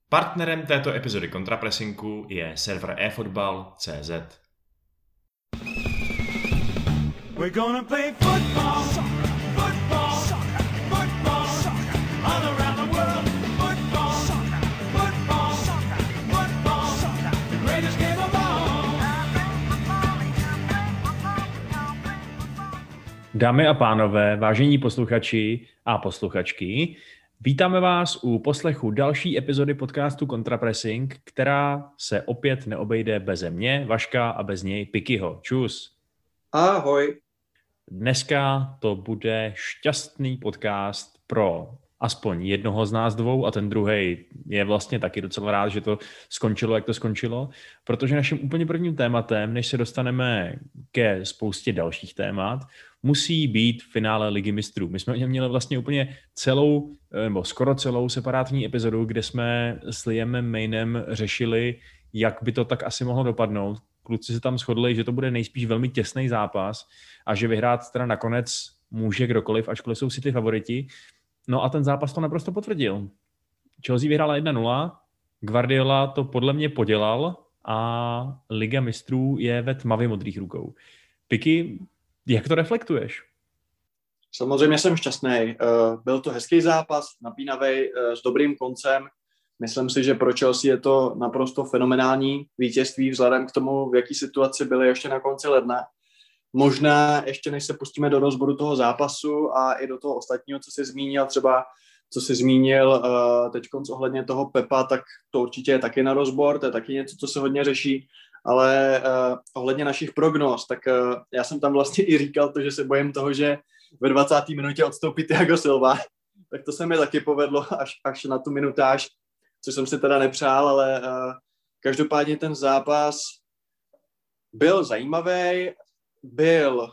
Partnerem této epizody Kontrapresinku je server eFootball.cz. We're gonna play football, football, football, all around the world. Football, football, football, the greatest game of all. Dámy a pánové, vážení posluchači a posluchačky, vítáme vás u poslechu další epizody podcastu Kontrapressing, která se opět neobejde beze mě, Vaška, a bez něj Pikyho. Čus. Ahoj. Dneska to bude šťastný podcast pro aspoň jednoho z nás dvou a ten druhej je vlastně taky docela rád, že to skončilo, jak to skončilo, protože naším úplně prvním tématem, než se dostaneme ke spoustě dalších témat, musí být finále Ligy mistrů. My jsme měli vlastně úplně celou, nebo skoro celou separátní epizodu, kde jsme s Liamem Mainem řešili, jak by to tak asi mohlo dopadnout. Kluci se tam shodli, že to bude nejspíš velmi těsný zápas a že vyhrát teda nakonec může kdokoliv, ačkoliv jsou si ty favoriti. No a ten zápas to naprosto potvrdil. Chelsea vyhrála 1-0, Guardiola to podle mě podělal a Liga mistrů je ve tmavě modrých rukou. Piky, jak to reflektuješ? Samozřejmě jsem šťastný. Byl to hezký zápas, napínavý, s dobrým koncem. Myslím si, že pro Chelsea je to naprosto fenomenální vítězství vzhledem k tomu, v jaký situaci byli ještě na konci ledna. Možná ještě než se pustíme do rozboru toho zápasu a i do toho ostatního, co jsi zmínil, třeba co jsi zmínil teď ohledně toho Pepa, tak to určitě je taky na rozbor, to je taky něco, co se hodně řeší, ale ohledně našich prognóz, tak já jsem tam vlastně i říkal to, že se bojím toho, že ve 20. minutě odstoupí Thiago Silva, tak to se mi taky povedlo až na tu minutáž, což jsem si teda nepřál, ale každopádně ten zápas byl zajímavý, byl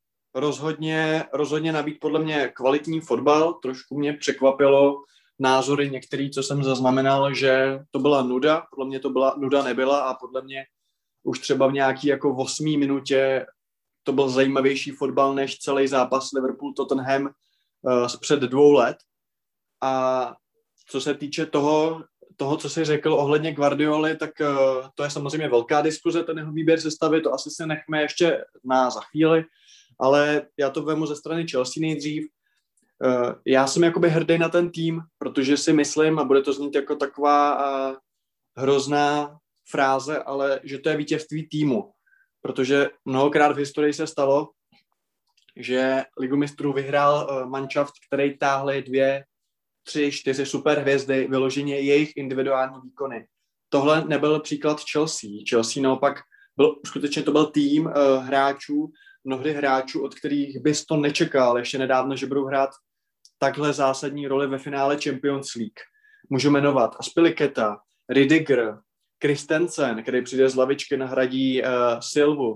rozhodně nabít podle mě kvalitní fotbal. Trošku mě překvapilo názory některý, co jsem zaznamenal, že to byla nuda. Podle mě to byla nuda nebyla a podle mě už třeba v nějaký jako 8. minutě to byl zajímavější fotbal než celý zápas Liverpool-Tottenham před 2 let. A co se týče toho, co jsi řekl ohledně Guardioli, tak to je samozřejmě velká diskuze, ten jeho výběr sestavy, to asi se nechme ještě za chvíli, ale já to vemu ze strany Chelsea nejdřív. Já jsem jakoby hrdý na ten tým, protože si myslím, a bude to znít jako taková hrozná fráze, ale že to je vítězství týmu, protože mnohokrát v historii se stalo, že Ligu mistrů vyhrál manšaft, který táhli 2, 3, 4 superhvězdy, vyloženě jejich individuální výkony. Tohle nebyl příklad Chelsea. Chelsea naopak skutečně to byl tým hráčů, mnohdy hráčů, od kterých bys to nečekal ještě nedávno, že budou hrát takhle zásadní roli ve finále Champions League. Můžu jmenovat Azpilicueta, Rudiger, Christensen, který přijde z lavičky, nahradí Silvu,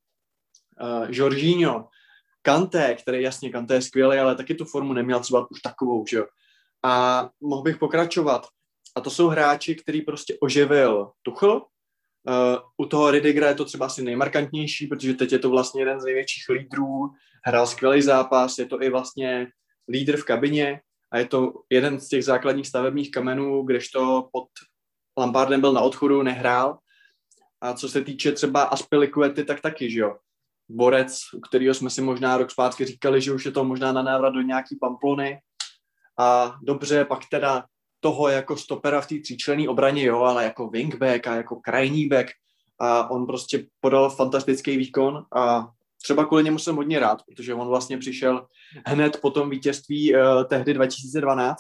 Jorginho, Kanté, Kanté je skvělý, ale taky tu formu neměl třeba už takovou, že jo. A mohl bych pokračovat. A to jsou hráči, který prostě oživil Tuchel. U toho Rüdigera je to třeba asi nejmarkantnější, protože teď je to vlastně jeden z největších lídrů, hrál skvělý zápas, je to i vlastně lídr v kabině a je to jeden z těch základních stavebních kamenů, kdežto pod Lampardem byl na odchodu, nehrál. A co se týče třeba Azpilicuety, tak taky, že jo. Borec, u kterého jsme si možná rok zpátky říkali, že už je to možná na návrat do nějaký Pamplony. A dobře, pak teda toho jako stopera v té 3členné obraně, jo, ale jako wingback a jako krajní back a on prostě podal fantastický výkon a třeba kvůli němu jsem hodně rád, protože on vlastně přišel hned po tom vítězství tehdy 2012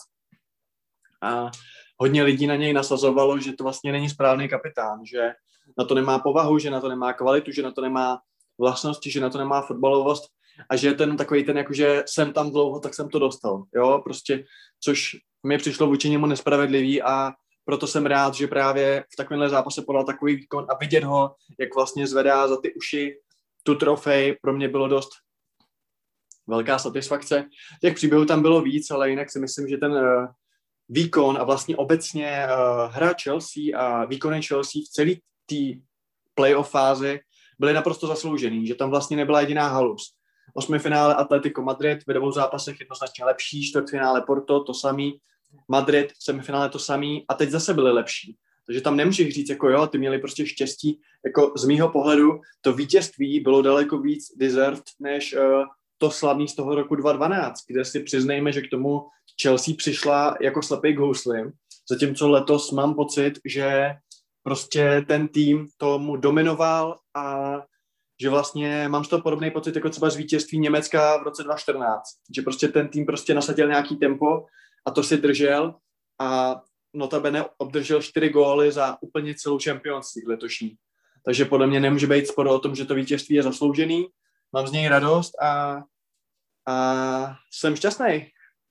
a hodně lidí na něj nasazovalo, že to vlastně není správný kapitán, že na to nemá povahu, že na to nemá kvalitu, že na to nemá vlastnosti, že na to nemá fotbalovost a že je ten takový ten, jakože jsem tam dlouho, tak jsem to dostal, jo, prostě, což mi přišlo vůči němu nespravedlivý a proto jsem rád, že právě v takovémhle zápase podal takový výkon a vidět ho, jak vlastně zvedá za ty uši tu trofej, pro mě bylo dost velká satisfakce. Těch příběhů tam bylo víc, ale jinak si myslím, že ten výkon a vlastně obecně hra Chelsea a výkony Chelsea v celé té playoff fázi byly naprosto zasloužený, že tam vlastně nebyla jediná halus. 8. finále Atletico Madrid, ve 2 zápasech jednoznačně lepší, 4. finále Porto, to samý, Madrid v semifinále to samý a teď zase byli lepší. Takže tam nemůžeš říct, jako jo, ty měli prostě štěstí. Jako z mýho pohledu to vítězství bylo daleko víc deserved, než to slavný z toho roku 2012, kde si přiznejme, že k tomu Chelsea přišla jako slepej k houslim, zatímco letos mám pocit, že prostě ten tým tomu dominoval a že vlastně mám z toho podobný pocit jako třeba z vítězství Německa v roce 2014, že prostě ten tým prostě nasadil nějaký tempo a to si držel a notabene obdržel 4 góly za úplně celou Champions League letošní. Takže podle mě nemůže být sporo o tom, že to vítězství je zasloužený. Mám z něj radost a jsem šťastný.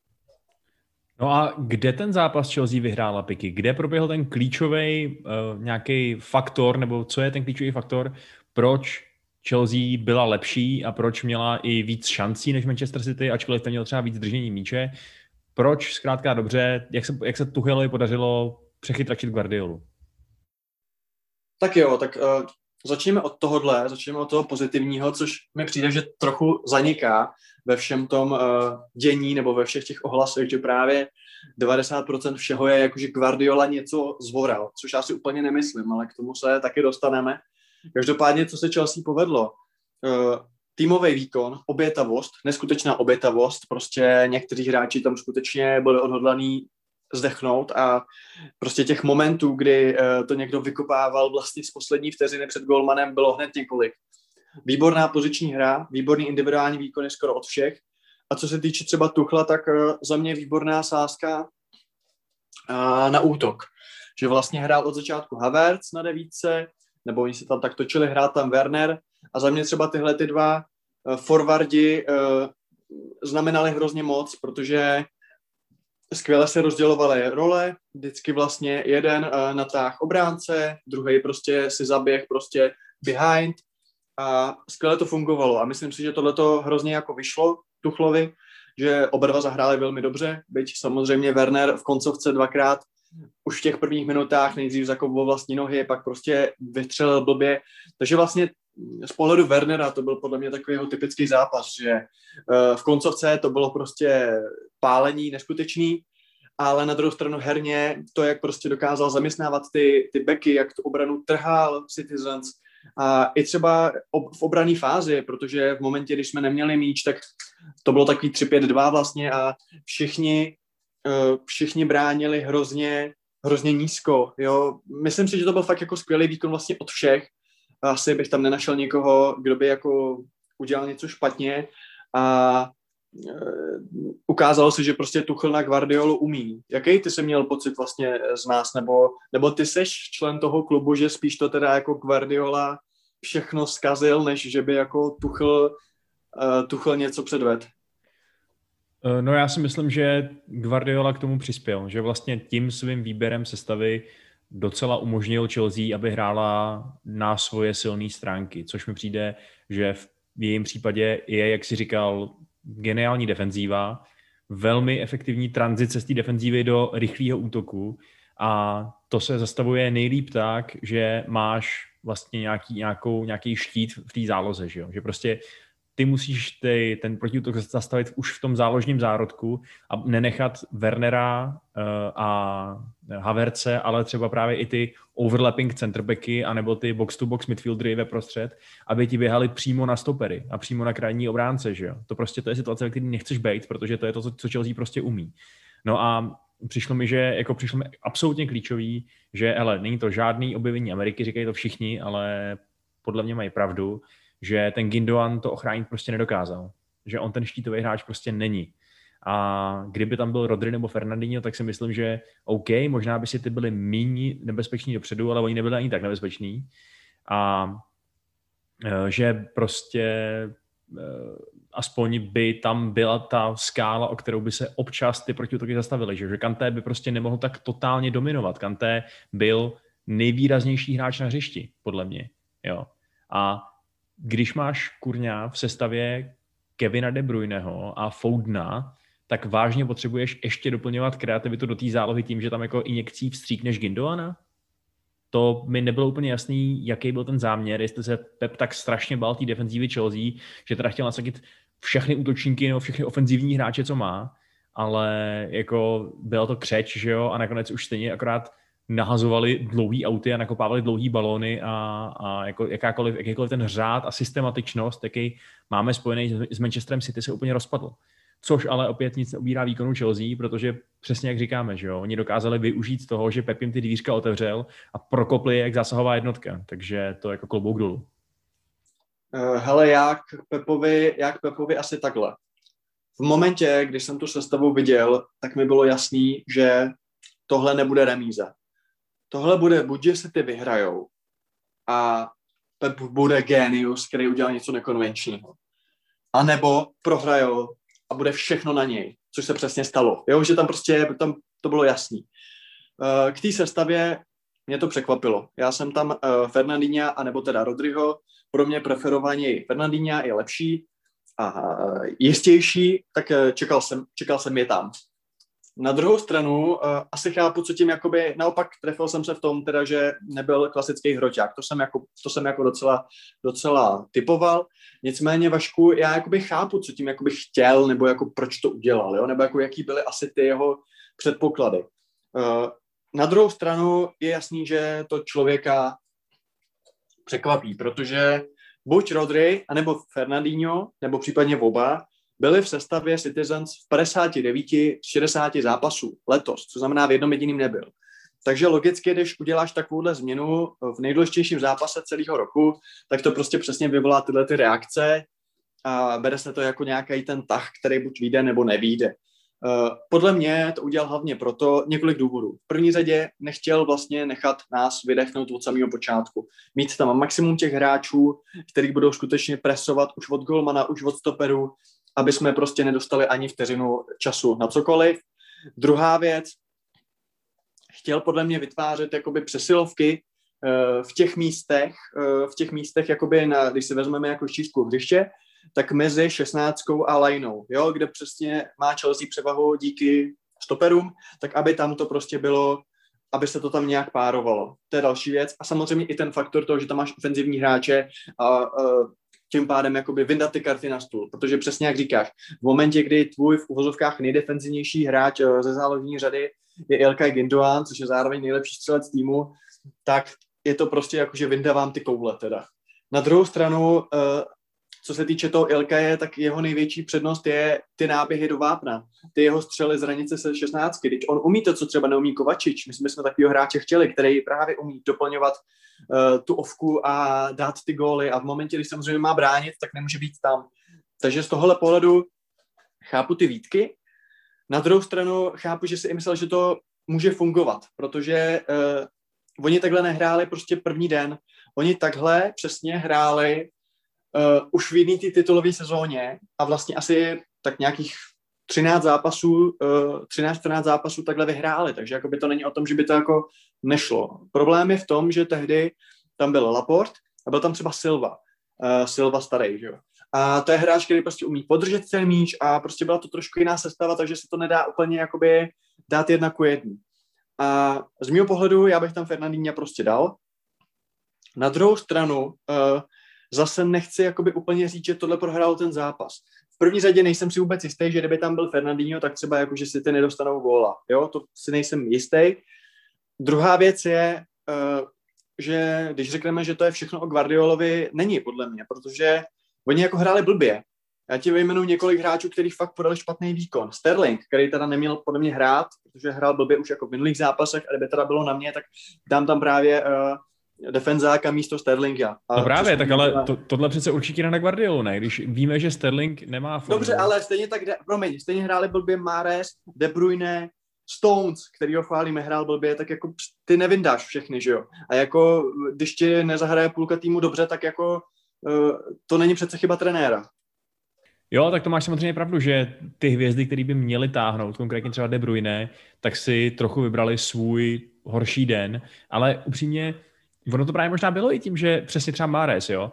No a kde ten zápas Chelsea vyhrála, Piky? Kde proběhl ten klíčový nějaký faktor, nebo co je ten klíčový faktor, proč Chelsea byla lepší a proč měla i víc šancí než Manchester City, ačkoliv tam měl třeba víc držení míče? Proč zkrátka dobře, jak se Tuchelovi podařilo přechytračit Guardiolu? Tak jo, tak začněme od toho pozitivního, což mi přijde, že trochu zaniká ve všem tom dění nebo ve všech těch ohlasech, že právě 90% všeho je jako, že Guardiola něco zvoral, což já si úplně nemyslím, ale k tomu se taky dostaneme. Každopádně, co se Chelsea povedlo, týmový výkon, obětavost, neskutečná obětavost, prostě někteří hráči tam skutečně byli odhodlaní zdechnout a prostě těch momentů, kdy to někdo vykopával vlastně z poslední vteřiny před golmanem, bylo hned několik. Výborná poziční hra, výborný individuální výkony skoro od všech. A co se týče třeba Tuchla, tak za mě výborná sázka na útok. Že vlastně hrál od začátku Havertz na devítce, nebo oni se tam tak točili, hrál tam Werner a za mě třeba tyhle ty dva forwardi znamenali hrozně moc, protože skvěle se rozdělovaly role, vždycky vlastně jeden natáh obránce, druhý prostě si zaběh prostě behind a skvěle to fungovalo a myslím si, že tohleto hrozně jako vyšlo Tuchlovi, že oba dva zahráli velmi dobře, byť samozřejmě Werner v koncovce dvakrát už v těch prvních minutách nejdřív zakopl vlastní nohy, pak prostě vytřelil blbě, takže vlastně z pohledu Wernera to byl podle mě takový jeho typický zápas, že v koncovce to bylo prostě pálení neskutečný, ale na druhou stranu herně to, jak prostě dokázal zaměstnávat ty beky, jak tu obranu trhal Citizens a i třeba v obranné fázi, protože v momentě, když jsme neměli míč, tak to bylo takový 3-5-2 vlastně a všichni bránili hrozně nízko. Jo. Myslím si, že to byl fakt jako skvělý výkon vlastně od všech. Asi bych tam nenašel někoho, kdo by jako udělal něco špatně a ukázalo se, že prostě Tuchel na Guardiolu umí. Jaký ty jsi měl pocit vlastně z nás, nebo ty seš člen toho klubu, že spíš to teda jako Guardiola všechno zkazil, než že by jako Tuchel něco předvedl? No já si myslím, že Guardiola k tomu přispěl, že vlastně tím svým výběrem sestavy docela umožnil Chelsea, aby hrála na svoje silné stránky, což mi přijde, že v jejím případě je, jak si říkal, geniální defenzíva, velmi efektivní tranzice z té defenzívy do rychlého útoku a to se zastavuje nejlíp tak, že máš vlastně nějaký štít v té záloze, že prostě ty musíš ten protiútok zastavit už v tom záložním zárodku a nenechat Wernera a Havertze, ale třeba právě i ty overlapping centerbacky anebo ty box-to-box midfieldery ve prostřed, aby ti běhali přímo na stopery a přímo na krajní obránce. Že jo? To je situace, ve které nechceš být, protože to je to, co Chelsea prostě umí. No a přišlo mi absolutně klíčový, že není to žádný objevení Ameriky, říkají to všichni, ale podle mě mají pravdu, že ten Gündoğan to ochránit prostě nedokázal. Že on ten štítový hráč prostě není. A kdyby tam byl Rodri nebo Fernandinho, tak si myslím, že OK, možná by si ty byli méně nebezpeční dopředu, ale oni nebyli ani tak nebezpeční. A že prostě aspoň by tam byla ta skála, o kterou by se občas ty protiútoky zastavily. Že Kanté by prostě nemohl tak totálně dominovat. Kanté byl nejvýraznější hráč na hřišti, podle mě. Jo. A když máš kurňa v sestavě Kevina De Bruyneho a Foudena, tak vážně potřebuješ ještě doplňovat kreativitu do té zálohy tím, že tam jako injekcí vstříkneš Gündoğana? To mi nebylo úplně jasný, jaký byl ten záměr, jestli se Pep tak strašně bál té defenzívy Chelsea, že teda chtěl nasadit všechny útočníky nebo všechny ofenzivní hráče, co má, ale jako bylo to křeč, že jo, a nakonec už stejně akorát nahazovali dlouhý auty a nakopávali dlouhý balóny a jako jakýkoliv ten řád a systematičnost, jaký máme spojený s Manchesterem City, se úplně rozpadl. Což ale opět nic neubírá výkonu Chelsea, protože přesně jak říkáme, že jo, oni dokázali využít toho, že Pep jim ty dvířka otevřel a prokopli je jak zásahová jednotka, takže to jako klobouk dolů. Hele, jak Pepovi asi takhle. V momentě, když jsem tu sestavu viděl, tak mi bylo jasný, že tohle nebude remíza. Tohle bude buď, že si ty vyhrajou a Pep bude génius, který udělá něco nekonvenčního. A nebo prohrajou a bude všechno na něj, což se přesně stalo. Jo, že tam to bylo jasný. K té sestavě mě to překvapilo. Já jsem tam Fernandinha, anebo teda Rodrigo, pro mě preferovaně Fernandinha je lepší a jistější, tak čekal jsem je tam. Na druhou stranu asi chápu, co tím jakoby, naopak trefil jsem se v tom, teda, že nebyl klasický hroťák. To jsem jako docela typoval. Nicméně, Vašku, já jakoby chápu, co tím jakoby chtěl, nebo jako proč to udělal, jo? Nebo jako jaký byly asi ty jeho předpoklady. Na druhou stranu je jasný, že to člověka překvapí, protože buď Rodri, anebo Fernandinho, nebo případně oba, byli v sestavě Citizens v 59 z 60 zápasů letos, co znamená v jednom jediným nebyl. Takže logicky, když uděláš takovouhle změnu v nejdůležitějším zápase celého roku, tak to prostě přesně vyvolá tyhle ty reakce a bere se to jako nějaký ten tah, který buď vyjde nebo nevyjde. Podle mě to udělal hlavně proto několik důvodů. V první řadě nechtěl vlastně nechat nás vydechnout od samého počátku. Mít tam maximum těch hráčů, který budou skutečně presovat už od golmana, už od stoperu, aby jsme prostě nedostali ani vteřinu času na cokoliv. Druhá věc, chtěl podle mě vytvářet jakoby přesilovky v těch místech jakoby když si vezmeme jako štířku hřiště, tak mezi 16 a lineou, jo, kde přesně má Chelsea převahu díky stoperům, tak aby tam to prostě bylo, aby se to tam nějak párovalo. To je další věc. A samozřejmě i ten faktor toho, že tam máš ofenzivní hráče a tím pádem jakoby vyndat ty karty na stůl, protože přesně jak říkáš, v momentě, kdy tvůj v uvozovkách nejdefenzivnější hráč ze záložní řady je Ilkay Gündoğan, což je zároveň nejlepší střelec týmu, tak je to prostě jako, že vyndávám ty koule teda. Na druhou stranu, co se týče toho Ilkaye, tak jeho největší přednost je ty náběhy do vápna, ty jeho střely z hranice se 16. Když on umí to, co třeba neumí Kovačič, my jsme takového hráče chtěli, který právě umí doplňovat tu ovku a dát ty góly a v momentě, když samozřejmě má bránit, tak nemůže být tam. Takže z tohohle pohledu chápu ty výtky. Na druhou stranu chápu, že si i myslel, že to může fungovat, protože oni takhle nehráli prostě první den. Oni takhle přesně hráli už v jedné té titulové sezóně a vlastně asi tak nějakých 13-14 zápasů takhle vyhráli, takže jako by to není o tom, že by to jako nešlo. Problém je v tom, že tehdy tam byl Laporte a byl tam třeba Silva starý, že jo. A to je hráč, který prostě umí podržet ten míč a prostě byla to trošku jiná sestava, takže se to nedá úplně jakoby dát 1:1. A z mého pohledu já bych tam Fernandinha prostě dal. Na druhou stranu zase nechci jakoby úplně říct, že tohle prohrál ten zápas. V první řadě nejsem si vůbec jistý, že kdyby tam byl Fernandinho, tak třeba jako, že si ty nedostanou góla. Jo, to si nejsem jistý. Druhá věc je, že když řekneme, že to je všechno o Guardiolovi, není podle mě, protože oni jako hráli blbě. Já ti vyjmenuji několik hráčů, kteří fakt podali špatný výkon. Sterling, který teda neměl podle mě hrát, protože hrál blbě už jako v minulých zápasech, a kdyby teda bylo na mě, tak dám tam právě defenzáka místo Sterlinga. No právě, tak ale tohle přece určitě na Guardiolu, ne? Když víme, že Sterling nemá formu. Dobře, ale stejně hráli blbě Mahrez, De Bruyne, Stones, kterýho chválíme, hrál blbě, tak jako ty nevyndáš všechny, že jo? A jako, když ti nezahraje půlka týmu dobře, tak jako to není přece chyba trenéra. Jo, tak to máš samozřejmě pravdu, že ty hvězdy, které by měly táhnout, konkrétně třeba De Bruyne, tak si trochu vybrali svůj horší den, ale upřímně ono to právě možná bylo i tím, že přesně třeba Mahrez, jo.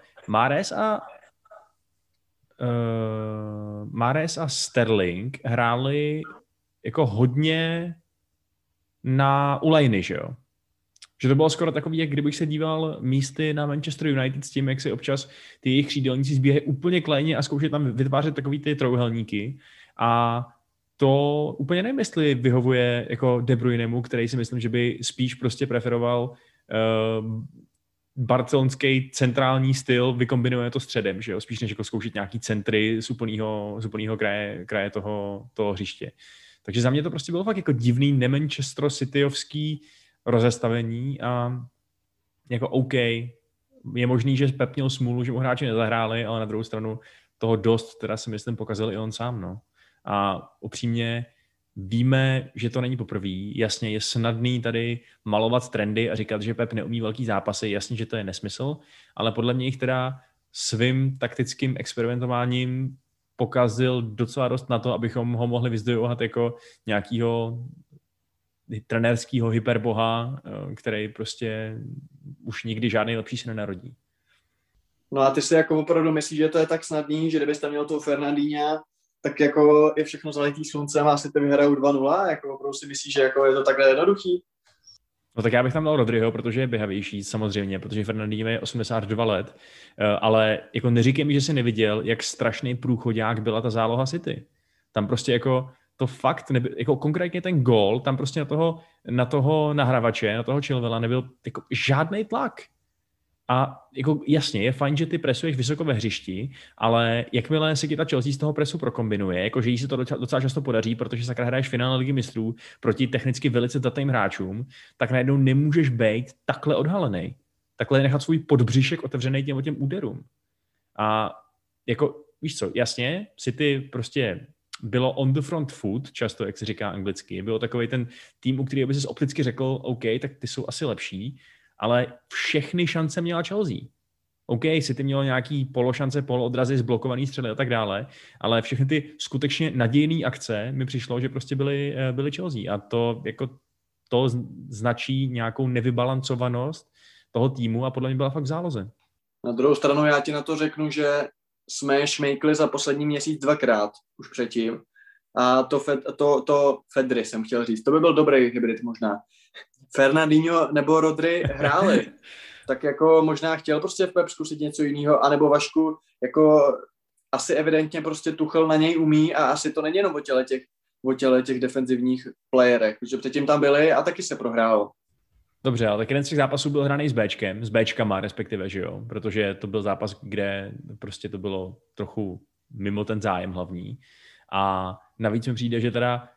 Mahrez a Sterling hráli jako hodně na ulejny, že jo. Že to bylo skoro takový, jak kdybych se díval místy na Manchester United s tím, jak si občas ty jejich křídelníci zbíhají úplně klejně a zkoušejí tam vytvářet takový ty trojúhelníky. A to úplně nevím, jestli vyhovuje jako De Bruynemu, který si myslím, že by spíš prostě preferoval barcelonský centrální styl, vykombinuje to středem, že jo? Spíš než jako zkoušet nějaký centry z úplného kraje toho hřiště. Takže za mě to prostě bylo fakt jako divný ne-Manchester Cityovský rozestavení a jako OK, je možný, že Pep měl smůlu, že mu hráči nezahráli, ale na druhou stranu toho dost, teda si myslím, pokazil i on sám, no. A upřímně víme, že to není poprvé. Jasně, je snadný tady malovat trendy a říkat, že Pep neumí velký zápasy. Jasně, že to je nesmysl, ale podle mě jich teda svým taktickým experimentováním pokazil docela dost na to, abychom ho mohli vyzdvihovat jako nějakýho trenérského hyperboha, který prostě už nikdy žádný lepší se nenarodí. No a ty si jako opravdu myslíš, že to je tak snadný, že kdybyste měl toho Fernandíňa, tak jako je všechno zalitý sluncem a asi to vyhrajou 2-0, jako opravdu si myslíš, že jako je to takhle jednoduchý? No tak já bych tam dal Rodryho, protože je běhavější samozřejmě, protože Fernandinho je 82 let, ale jako neříkej mi, že jsi neviděl, jak strašný průchodák byla ta záloha City. Tam prostě jako to fakt, jako konkrétně ten gól, tam prostě na toho nahravače, na toho Chilwella nebyl jako žádný tlak. A jako jasně, je fajn, že ty presuješ vysoko ve hřišti, ale jakmile se ti ta Chelsea z toho presu prokombinuje, jakože jí se to docela často podaří, protože sakra hraješ finále Ligy mistrů proti technicky velice datým hráčům, tak najednou nemůžeš být takhle odhalený. Takhle nechat svůj podbříšek otevřený těm úderům. A jako, víš co, jasně, City prostě bylo on the front foot, často, jak se říká anglicky. Bylo takový ten tým, u kterého by si opticky řekl, OK, tak ty jsou asi lepší, ale všechny šance měla Chelsea. OK, City mělo nějaký pološance, polodrazy, zblokovaný střely a tak dále, ale všechny ty skutečně nadějné akce mi přišlo, že prostě byly Chelsea a to značí nějakou nevybalancovanost toho týmu a podle mě byla fakt v záloze. Na druhou stranu já ti na to řeknu, že jsme je šmejkli za poslední měsíc 2krát už předtím a to Fedry jsem chtěl říct. To by byl dobrý hybrid možná. Fernandinho nebo Rodry hráli, tak jako možná chtěl prostě Pep zkusit něco jiného, anebo Vašku, jako asi evidentně prostě Tuchel na něj umí a asi to není jenom o těch defenzivních playerech, protože předtím tam byli a taky se prohrálo. Dobře, ale tak jeden z těch zápasů byl hraný s Bčkama respektive, že jo, protože to byl zápas, kde prostě to bylo trochu mimo ten zájem hlavní a navíc mi přijde, že teda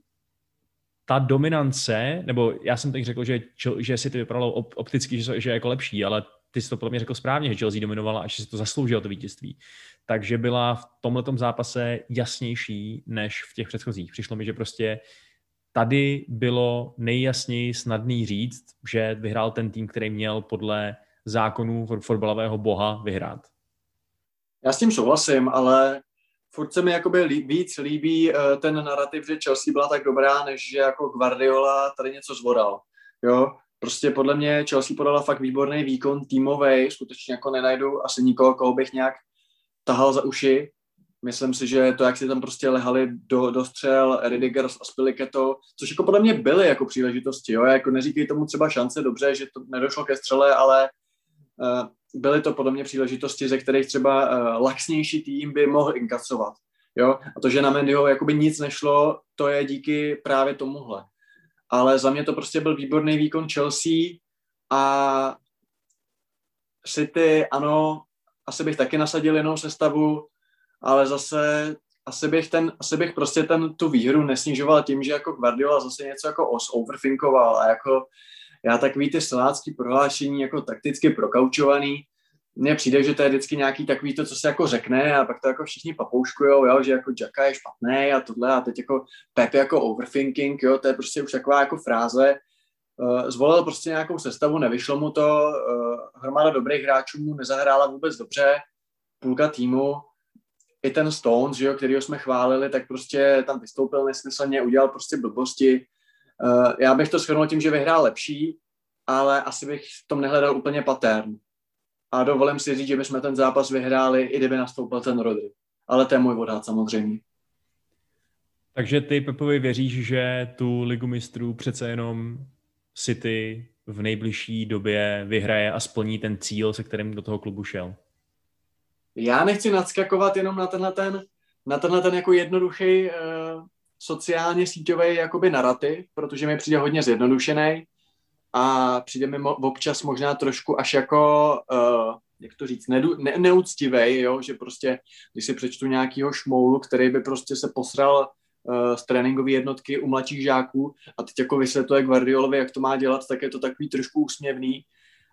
ta dominance, nebo já jsem teď řekl, že si to vypadalo opticky, že je jako lepší, ale ty jsi to podle mě řekl správně, že Chelsea dominovala a že si to zasloužilo to vítězství. Takže byla v tomhletom zápase jasnější než v těch předchozích. Přišlo mi, že prostě tady bylo nejjasněji snadný říct, že vyhrál ten tým, který měl podle zákonů fotbalového boha vyhrát. Já s tím souhlasím, ale furt se mi jakoby víc líbí ten narrativ, že Chelsea byla tak dobrá, než že jako Guardiola tady něco zvodal. Jo? Prostě podle mě Chelsea podala fakt výborný výkon týmovej, skutečně jako nenajdu asi nikoho, koho bych nějak tahal za uši. Myslím si, že to, jak si tam prostě lehali do střel Rudiger a Spilicueta, což jako podle mě byly jako příležitosti. Jo? Jako neříkej tomu třeba šance, dobře, že to nedošlo ke střele, ale byly to podle mě příležitosti, ze kterých třeba laxnější tým by mohl inkasovat. Jo? A to, že na Mendyho jakoby nic nešlo, to je díky právě tomuhle. Ale za mě to prostě byl výborný výkon Chelsea a City, ano, asi bych taky nasadil jinou sestavu, ale zase asi bych prostě tu výhru nesnižoval tím, že jako Guardiola zase něco jako overthinkoval a jako já takový ty silácký prohlášení jako takticky prokaučovaný, mně přijde, že to je vždycky nějaký takový to, co se jako řekne a pak to jako všichni papouškujou, jo, že jako Xhaka je špatný a tohle a teď jako Pep jako overthinking, jo, to je prostě už taková jako fráze. Zvolil prostě nějakou sestavu, nevyšlo mu to, hromada dobrých hráčů mu nezahrála vůbec dobře, půlka týmu, i ten Stones, že jo, kterýho jsme chválili, tak prostě tam vystoupil nesmyslně, udělal prostě blbosti. Já bych to shrnul tím, že vyhrál lepší, ale asi bych v tom nehledal úplně pattern. A dovolím si říct, že bychom ten zápas vyhráli, i kdyby nastoupil ten Rodry. Ale to je můj odhad samozřejmě. Takže ty, Pepovi, věříš, že tu Ligu mistrů přece jenom City v nejbližší době vyhraje a splní ten cíl, se kterým do toho klubu šel? Já nechci nadskakovat jenom na tenhle ten jako jednoduchý sociálně síťový jakoby narrativ, protože mi přijde hodně zjednodušený a přijde mi občas možná trošku až jako, jak to říct, neúctivej, jo? Že prostě, když si přečtu nějakýho šmoulu, který by prostě se posral z tréninkové jednotky u mladších žáků a teď jako vysvětluje Guardiolovi, jak to má dělat, tak je to takový trošku úsměvný,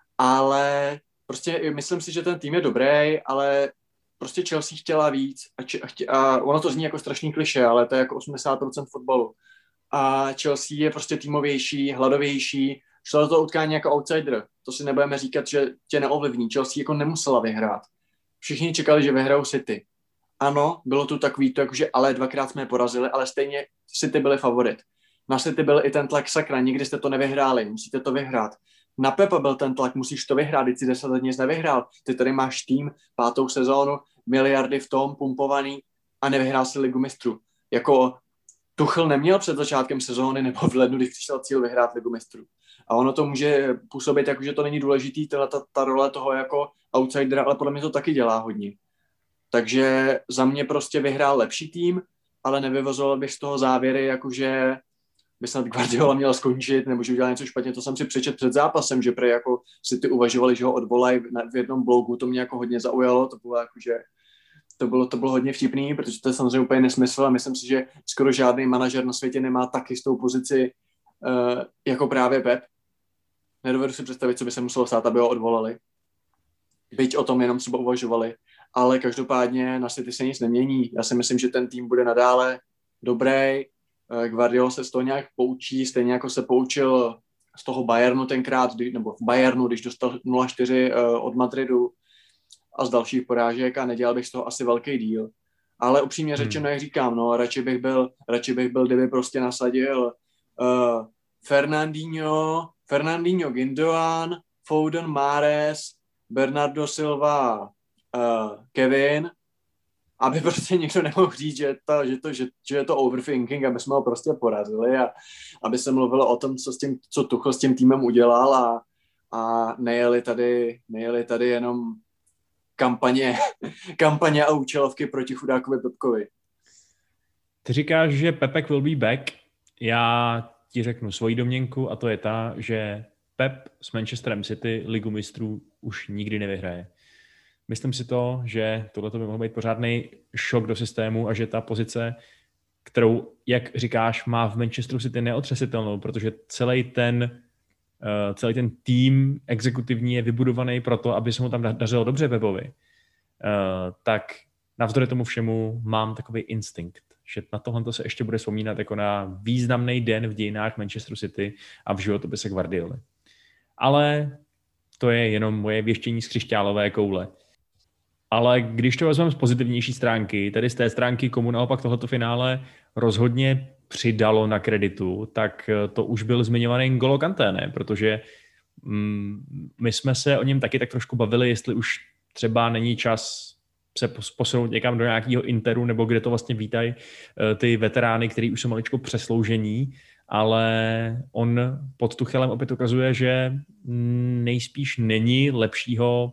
ale prostě myslím si, že ten tým je dobrý, ale prostě Chelsea chtěla víc a ono to zní jako strašný klišé, ale to je jako 80% fotbalu. A Chelsea je prostě týmovější, hladovější, šlo do toho utkání jako outsider. To si nebudeme říkat, že tě neovlivní. Chelsea jako nemusela vyhrát. Všichni čekali, že vyhrajou City. Ano, bylo tu takový to, jakože ale dvakrát jsme je porazili, ale stejně City byli favorit. Na City byl i ten tlak sakra, nikdy jste to nevyhráli, musíte to vyhrát. Na Pepa byl ten tlak, musíš to vyhrát, když si 10 let nic nevyhrál. Ty tady máš tým, 5. sezónu, miliardy v tom, pumpovaný a nevyhrál si Ligu mistrů. Jako Tuchel neměl před začátkem sezóny nebo v lednu, když přišel cíl vyhrát Ligu mistrů. A ono to může působit jako, že to není důležitý, ta role toho jako outsidera, ale podle mě to taky dělá hodně. Takže za mě prostě vyhrál lepší tým, ale nevyvozoval bych z toho závěry, jakože by snad Guardiola měl skončit, nebo že udělal něco špatně. To jsem si přečet před zápasem, že prej jako si ty uvažovali, že ho odvolají v jednom blogu, to mě jako hodně zaujalo, to bylo jako, že to bylo hodně vtipný, protože to je samozřejmě úplně nesmysl a myslím si, že skoro žádný manažer na světě nemá tak jistou pozici jako právě Pep. Nedovedu si představit, co by se muselo stát, aby ho odvolali. Byť o tom jenom třeba uvažovali. Ale každopádně na City se nic nemění. Já si myslím, že ten tým bude nadále dobrý. Guardiola se z toho nějak poučí, stejně jako se poučil z toho Bayernu tenkrát, nebo v Bayernu, když dostal 0-4 od Madridu a z dalších porážek a nedělal bych z toho asi velký díl. Ale upřímně řečeno, jak říkám, no, radši bych byl, kdyby prostě nasadil Fernandinho, Gundogan, Foden, Mahrez, Bernardo Silva, Kevin, aby prostě někdo nemohl říct, že je to overthinking, aby jsme ho prostě porazili a aby se mluvilo o tom, co Tuchel s tím týmem udělal a nejeli tady jenom kampaně a účelovky proti chudákovi Pepkovi. Ty říkáš, že Pepek will be back. Já ti řeknu svoji domněnku a to je ta, že Pep s Manchesterem City Ligu mistrů už nikdy nevyhraje. Myslím si to, že tohle by mohl být pořádný šok do systému a že ta pozice, kterou, jak říkáš, má v Manchesteru City neotřesitelnou, protože celý ten tým exekutivní je vybudovaný proto, aby se mu tam dařilo dobře Pepovi. Tak navzdory tomu všemu mám takový instinkt, že na tohle se ještě bude vzpomínat jako na významný den v dějinách Manchesteru City a v životopise Guardioli. Ale to je jenom moje věštění z křišťálové koule. Ale když to vezmeme z pozitivnější stránky, tedy z té stránky, komu naopak tohleto finále rozhodně přidalo na kreditu, tak to už byl zmiňovaný N'Golo Kanté, ne? Protože my jsme se o něm taky tak trošku bavili, jestli už třeba není čas se posunout někam do nějakého Interu, nebo kde to vlastně vítají ty veterány, který už jsou maličko přesloužení, ale on pod Tuchelem opět ukazuje, že nejspíš není lepšího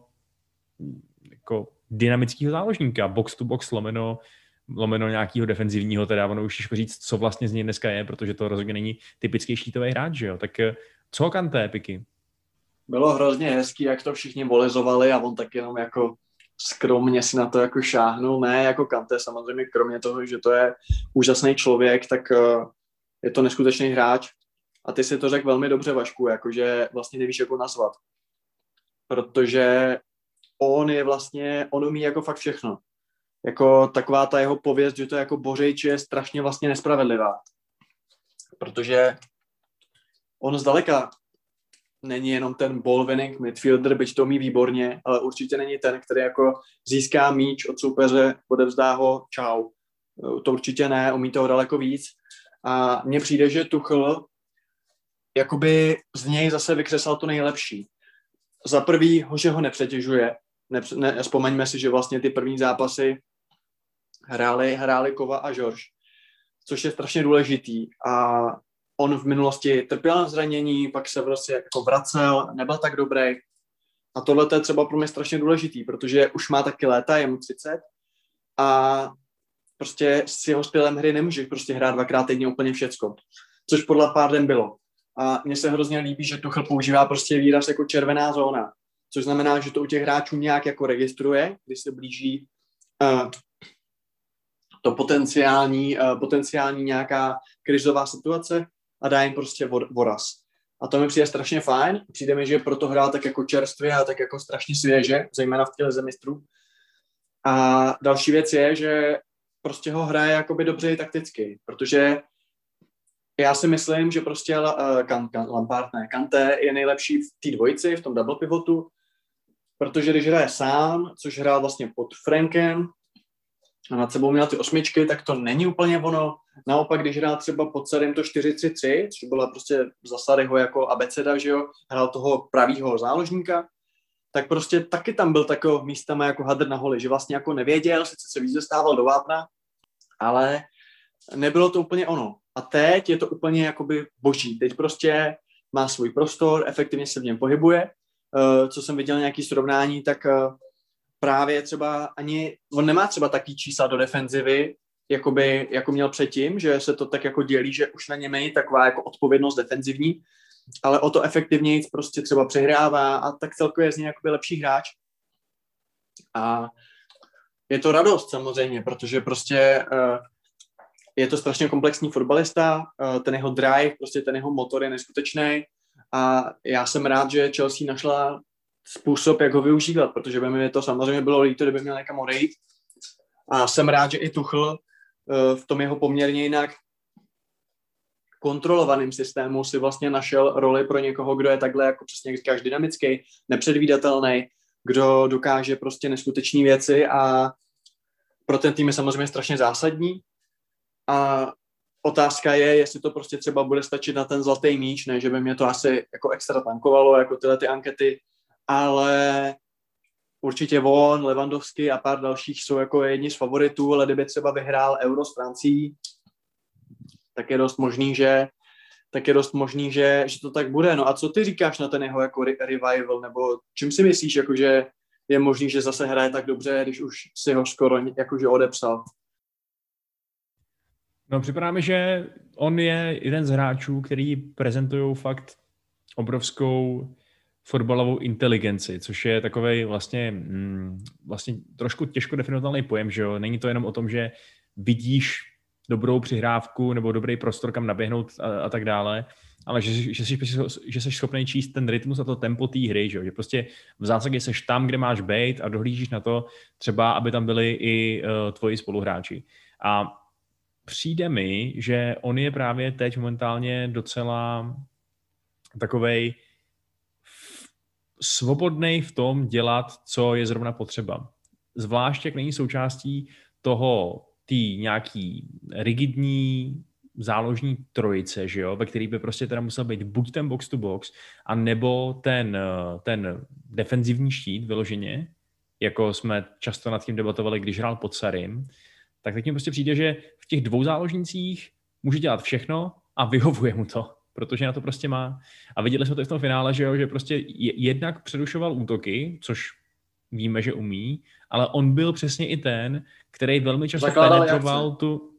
jako dynamického záložníka, box to box lomeno nějakého defenzivního, teda ono už těžko říct, co vlastně z něj dneska je, protože to rozhodně není typický štítový hráč, že jo? Tak co Kanté, Piky? Bylo hrozně hezký, jak to všichni volizovali a on tak jenom jako skromně si na to jako šáhnul, ne jako Kanté samozřejmě, kromě toho, že to je úžasný člověk, tak je to neskutečný hráč a ty si to řekl velmi dobře, Vašku, jakože vlastně nevíš, jak ho nazvat, protože on umí jako fakt všechno. Jako taková ta jeho pověst, že to je jako bořič, je strašně vlastně nespravedlivá. Protože on zdaleka není jenom ten ball-winning midfielder, byť to umí výborně, ale určitě není ten, který jako získá míč od soupeře, odevzdá ho, čau. To určitě ne, umí toho daleko víc. A mně přijde, že Tuchel jakoby z něj zase vykřesal to nejlepší. Za prvý, že ho nepřetěžuje. Vzpomeňme si, že vlastně ty první zápasy hráli Kova a George, což je strašně důležitý. A on v minulosti trpěl na zranění, pak se vlastně jako vracel, nebyl tak dobrý. A tohle je třeba pro mě strašně důležitý, protože už má taky léta, je mu 30 a prostě s jeho stylem hry nemůžeš prostě hrát 2x týdně úplně všecko, což podle Pardem bylo. A mně se hrozně líbí, že Tuchel používá prostě výraz jako červená zóna, což znamená, že to u těch hráčů nějak jako registruje, když se blíží to potenciální nějaká krizová situace a dá jim prostě voraz. A to mi přijde strašně fajn. Přijde mi, že proto hrál tak jako čerstvě a tak jako strašně svěže, zejména v té lize mistrů. A další věc je, že prostě ho hraje jakoby dobře i takticky, protože já si myslím, že prostě Kanté je nejlepší v té dvojici, v tom double pivotu, protože když hraje sám, což hrál vlastně pod Frankem a nad sebou měl ty 8, tak to není úplně ono. Naopak, když hrál třeba pod Sarem to 4-3-3, což byla prostě za Sarriho jako abeceda, že jo, hrál toho pravýho záložníka, tak prostě taky tam byl takový místama jako hadr na holi, že vlastně jako nevěděl, sice se víc dostával do vápna, ale nebylo to úplně ono. A teď je to úplně jakoby boží. Teď prostě má svůj prostor, efektivně se v něm pohybuje. Co jsem viděl nějaký srovnání, tak právě třeba ani, on nemá třeba taký čísla do defenzivy, jakoby, jako měl předtím, že se to tak jako dělí, že už na něm je taková jako odpovědnost defenzivní, ale o to efektivněji prostě třeba přehrává a tak celkově z něj jakoby lepší hráč. A je to radost samozřejmě, protože prostě je to strašně komplexní fotbalista, ten jeho drive, prostě ten jeho motor je neskutečný a já jsem rád, že Chelsea našla způsob, jak ho využívat, protože by mi to samozřejmě bylo líto, kdyby měl někam odejít. A jsem rád, že i Tuchel v tom jeho poměrně jinak kontrolovaným systému si vlastně našel roli pro někoho, kdo je takhle, jako přesně jak říkáš, dynamický, nepředvídatelný, kdo dokáže prostě neskutečné věci a pro ten tým je samozřejmě strašně zásadní. A otázka je, jestli to prostě třeba bude stačit na ten zlatý míč, ne, že by mě to asi jako extra tankovalo, jako tyhle ty ankety, ale určitě on, Lewandowski a pár dalších jsou jako jedni z favoritů, ale kdyby třeba vyhrál Euro s Francií, tak je dost možný, že to tak bude. No a co ty říkáš na ten jeho jako revival, nebo čím si myslíš, jako, že je možný, že zase hraje tak dobře, když už si ho skoro jakože odepsal? No, připadá mi, že on je jeden z hráčů, který prezentují fakt obrovskou fotbalovou inteligenci, což je takovej vlastně trošku těžko definovatelný pojem, že jo? Není to jenom o tom, že vidíš dobrou přihrávku nebo dobrý prostor, kam naběhnout a tak dále, ale že jsi schopný číst ten rytmus a to tempo té hry, že prostě v zásadě seš tam, kde máš být a dohlížíš na to třeba, aby tam byli i tvoji spoluhráči. A přijde mi, že on je právě teď momentálně docela takovej svobodnej v tom dělat, co je zrovna potřeba. Zvlášť, jak není součástí toho tý nějaký rigidní záložní trojice, že jo, ve který by prostě teda musel být buď ten box to box, a nebo ten defenzivní štít vyloženě, jako jsme často nad tím debatovali, když hrál pod Sarrim, tak teď mi prostě přijde, že v těch dvou záložnících může dělat všechno a vyhovuje mu to, protože na to prostě má. A viděli jsme to i v tom finále, že jo, že prostě jednak přerušoval útoky, což víme, že umí, ale on byl přesně i ten, který velmi často penetroval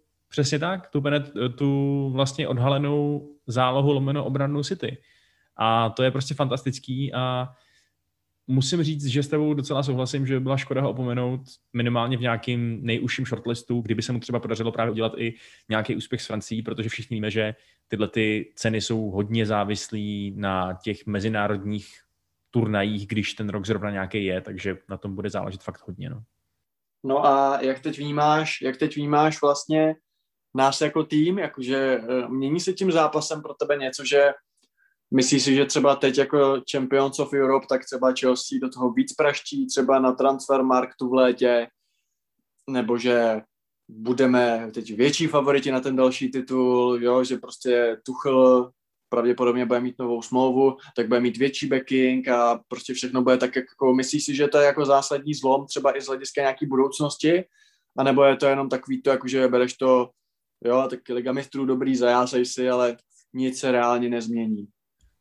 tu vlastně odhalenou zálohu lomeno obrannou City. A to je prostě fantastický a musím říct, že s tebou docela souhlasím, že byla škoda ho opomenout minimálně v nějakým nejužším shortlistu, kdyby se mu třeba podařilo právě udělat i nějaký úspěch s Francií, protože všichni víme, že tyhle ty ceny jsou hodně závislý na těch mezinárodních turnajích, když ten rok zrovna nějaký je, takže na tom bude záležet fakt hodně. No a jak teď vnímáš vlastně nás jako tým, jakože mění se tím zápasem pro tebe něco, že myslíš si, že třeba teď jako Champions of Europe, tak třeba Chelsea do toho víc praští, třeba na Transfermarktu v létě, nebo že budeme teď větší favoriti na ten další titul, jo, že prostě Tuchel pravděpodobně bude mít novou smlouvu, tak bude mít větší backing a prostě všechno bude tak, jako myslíš si, že to je jako zásadní zlom, třeba i z hlediska nějaký budoucnosti, anebo je to jenom takový to, jakože bereš to, jo, tak Liga mistrů dobrý, zajásej si, ale nic se reálně nezmění.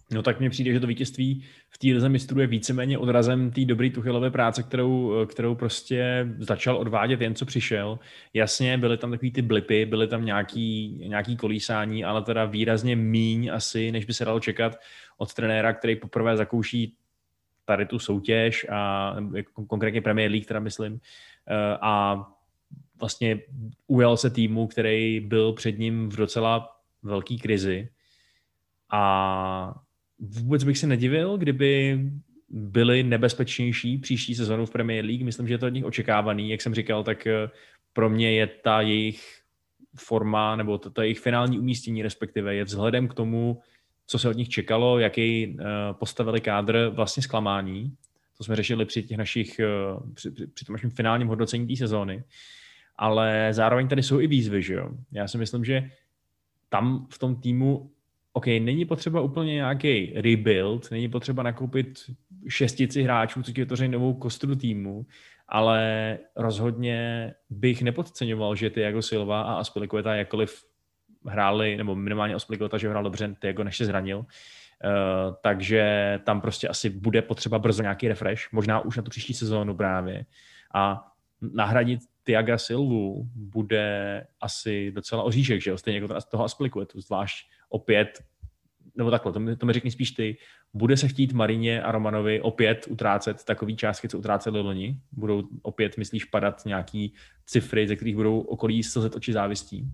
No tak mně přijde, že to vítězství v té lize mistrů je víceméně odrazem té dobré Tuchelové práce, kterou prostě začal odvádět jen co přišel. Jasně, byly tam takový ty blipy, byly tam nějaký kolísání, ale teda výrazně míň asi, než by se dalo čekat od trenéra, který poprvé zakouší tady tu soutěž a konkrétně Premier League, teda myslím, a vlastně ujal se týmu, který byl před ním v docela velký krizi. A vůbec bych se nedivil, kdyby byli nebezpečnější příští sezonu v Premier League. Myslím, že je to od nich očekávaný. Jak jsem říkal, tak pro mě je ta jejich forma nebo ta jejich finální umístění respektive je vzhledem k tomu, co se od nich čekalo, jaký postavili kádr, vlastně zklamání. To jsme řešili při tom našem finálním hodnocení té sezóny. Ale zároveň tady jsou i výzvy, že jo. Já si myslím, že tam v tom týmu není potřeba úplně nějaký rebuild, není potřeba nakoupit 6 hráčů, co ti vytvoří novou kostru týmu, ale rozhodně bych nepodceňoval, že Thiago Silva a Azpilicueta jakkoliv hráli, nebo minimálně Azpilicueta, že hrál dobře, Thiago než se zranil, takže tam prostě asi bude potřeba brzo nějaký refresh, možná už na tu příští sezónu právě. A nahradit Thiaga Silvu bude asi docela oříšek, že jo? Stejně jako toho Azpilicuetu, zvlášť opět, nebo takhle, to mi řekni spíš ty, bude se chtít Marině a Romanovi opět utrácet takový částky, co utráceli loni? Budou opět, myslíš, padat nějaký cifry, ze kterých budou okolí slzet oči závistí?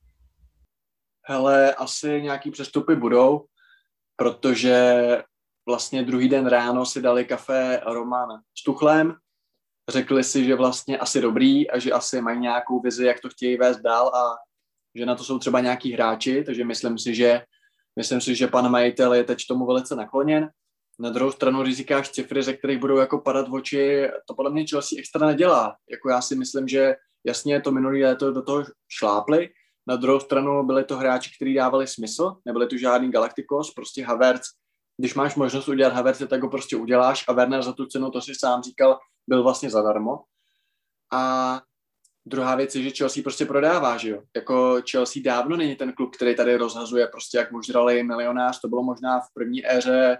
Hele, asi nějaký přestupy budou, protože vlastně druhý den ráno si dali kafe Roman s Tuchlem, řekli si, že vlastně asi dobrý a že asi mají nějakou vizi, jak to chtějí vést dál a že na to jsou třeba nějaký hráči, takže myslím si, že pan majitel je teď tomu velice nakloněn. Na druhou stranu rizikáš cifry, ze kterých budou jako padat v oči, to podle mě Chelsea extra nedělá. Jako já si myslím, že jasně to minulý léto do toho šlápli, na druhou stranu byli to hráči, kteří dávali smysl, nebyli to žádný Galacticos, prostě Havertz. Když máš možnost udělat Havertze, tak ho prostě uděláš a Werner za tu cenu, to si sám říkal, byl vlastně zadarmo. A druhá věc je, že Chelsea prostě prodává, že jo. Jako Chelsea dávno není ten klub, který tady rozhazuje prostě jak ožralý milionář, to bylo možná v první éře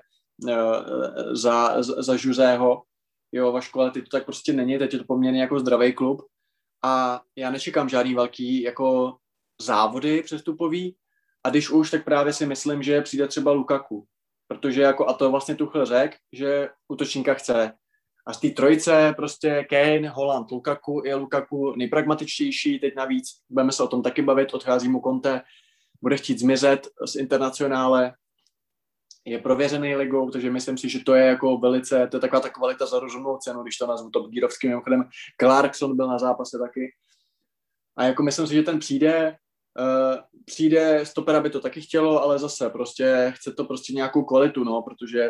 za Žuzého, jo, Vašku, ale teď to tak prostě není, teď je to poměrně jako zdravý klub a já nečekám žádný velký jako závody přestupový a když už, tak právě si myslím, že přijde třeba Lukaku, protože jako, a to vlastně Tuchel řekl, že útočníka chce. A z té trojice prostě Kane, Haaland, Lukaku je Lukaku nejpragmatičtější, teď navíc budeme se o tom taky bavit, odchází mu Conte, bude chtít zmizet z Internacionále, je prověřený ligou, takže myslím si, že to je jako velice, to je taková ta kvalita za rozumnou cenu, když to nazvu Top Gearovským, mimochodem Clarkson byl na zápase taky. A jako myslím si, že ten přijde stopera by to taky chtělo, ale zase prostě chce to prostě nějakou kvalitu, no, protože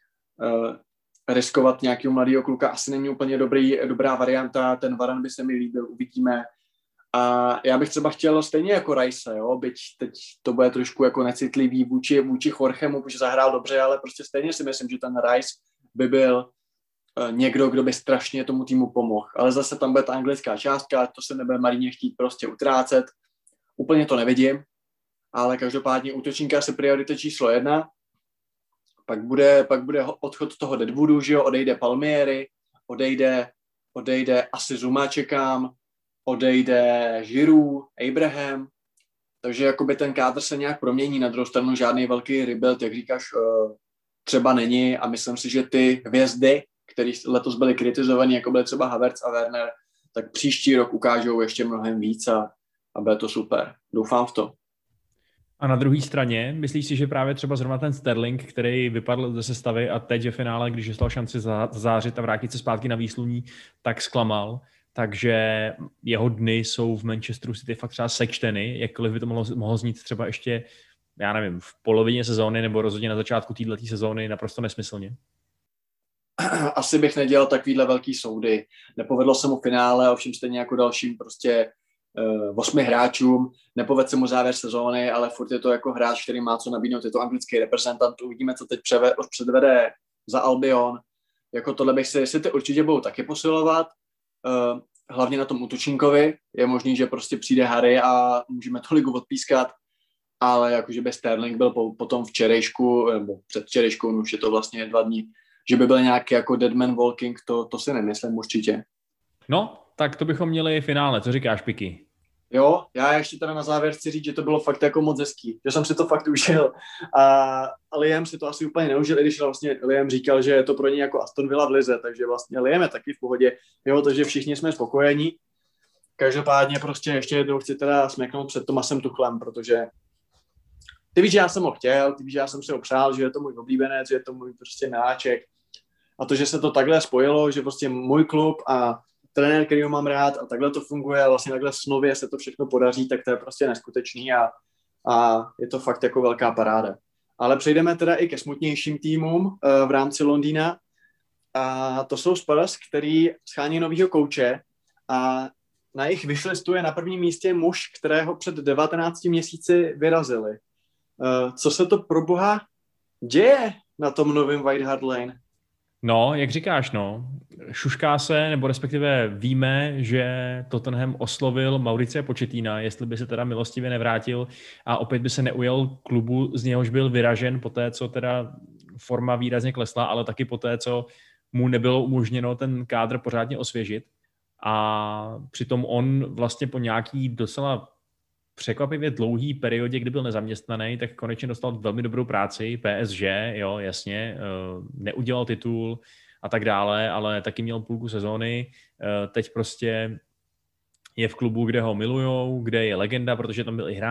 riskovat nějakého mladého kluka asi není úplně dobrá varianta, ten Varane by se mi líbil, uvidíme. A já bych třeba chtěl stejně jako Rice, jo, byť teď to bude trošku jako necitlivý vůči Jorgemu, protože zahrál dobře, ale prostě stejně si myslím, že ten Rice by byl někdo, kdo by strašně tomu týmu pomohl. Ale zase tam bude ta anglická částka, to se nebude Marině chtít prostě utrácet. Úplně to nevidím, ale každopádně útočník asi priorita číslo 1. Pak bude odchod toho Deadwoodu, že jo, odejde Palmieri, odejde asi Zuma, čekám, odejde Giroud, Abraham, takže jakoby ten kádr se nějak promění, na druhou stranu žádný velký rebuild, jak říkáš, třeba není a myslím si, že ty hvězdy, který letos byly kritizovaný, jako byly třeba Havertz a Werner, tak příští rok ukážou ještě mnohem víc a bude to super. Doufám v to. A na druhé straně, myslíš si, že právě třeba zrovna ten Sterling, který vypadl ze sestavy a teď ve finále, když dostal šanci zářit a vrátit se zpátky na výsluní, tak zklamal. Takže jeho dny jsou v Manchesteru City fakt třeba sečteny, jakkoliv by to mohlo znít třeba ještě, já nevím, v polovině sezóny nebo rozhodně na začátku této sezóny naprosto nesmyslně. Asi bych nedělal takovýhle velký soudy. Nepovedlo se mu finále, ovšem stejně jako dalším prostě 8 hráčům. Nepovedl se mu závěr sezóny, ale furt je to jako hráč, který má co nabídnout. Je to anglický reprezentant. Uvidíme, co teď předvede za Albion. Jako tohle bych si ty určitě budou taky posilovat. Hlavně na tom útočníkovi. Je možný, že prostě přijde Harry a můžeme to ligu odpískat. ale jakože by Sterling byl potom včerejšku, nebo předvčerejškou, už je to vlastně 2 dny, že by byl nějaký jako deadman walking, to si nemyslím určitě. No, tak to bychom měli finále. Co říkáš, Piky? Jo, já ještě teda na závěr chci říct, že to bylo fakt jako moc hezký, že jsem si to fakt užil. A Liam si to asi úplně neužil, i když vlastně Liam říkal, že je to pro něj jako Aston Villa v lize, takže vlastně Liam je taky v pohodě, jo, takže všichni jsme spokojení. Každopádně prostě ještě jednou chci teda smeknout před Tomasem Tuchlem, protože ty víš, že já jsem ho chtěl, ty víš, že já jsem si ho přál, že je to můj oblíbenec, že je to můj prostě miláček. A to, že se to takhle spojilo, že prostě můj klub a trenér, který ho mám rád a takhle to funguje a vlastně takhle snově se to všechno podaří, tak to je prostě neskutečný a je to fakt jako velká paráda. Ale přejdeme teda i ke smutnějším týmům v rámci Londýna a to jsou Spurs, který schání novýho kouče a na jejich wishlistu je na prvním místě muž, kterého před 19 měsíci vyrazili. Co se to pro boha děje na tom novém White Hart Lane? No, jak říkáš, no, šušká se, nebo respektive víme, že Tottenham oslovil Mauricia Pochettina, jestli by se teda milostivě nevrátil a opět by se neujal klubu, z něhož byl vyražen po té, co teda forma výrazně klesla, ale taky po té, co mu nebylo umožněno ten kádr pořádně osvěžit. A přitom on vlastně po nějaký docela překvapivě dlouhý periodě, kdy byl nezaměstnaný, tak konečně dostal velmi dobrou práci, PSG, jo, jasně, neudělal titul a tak dále, ale taky měl půlku sezóny, teď prostě je v klubu, kde ho milujou, kde je legenda, protože tam byl i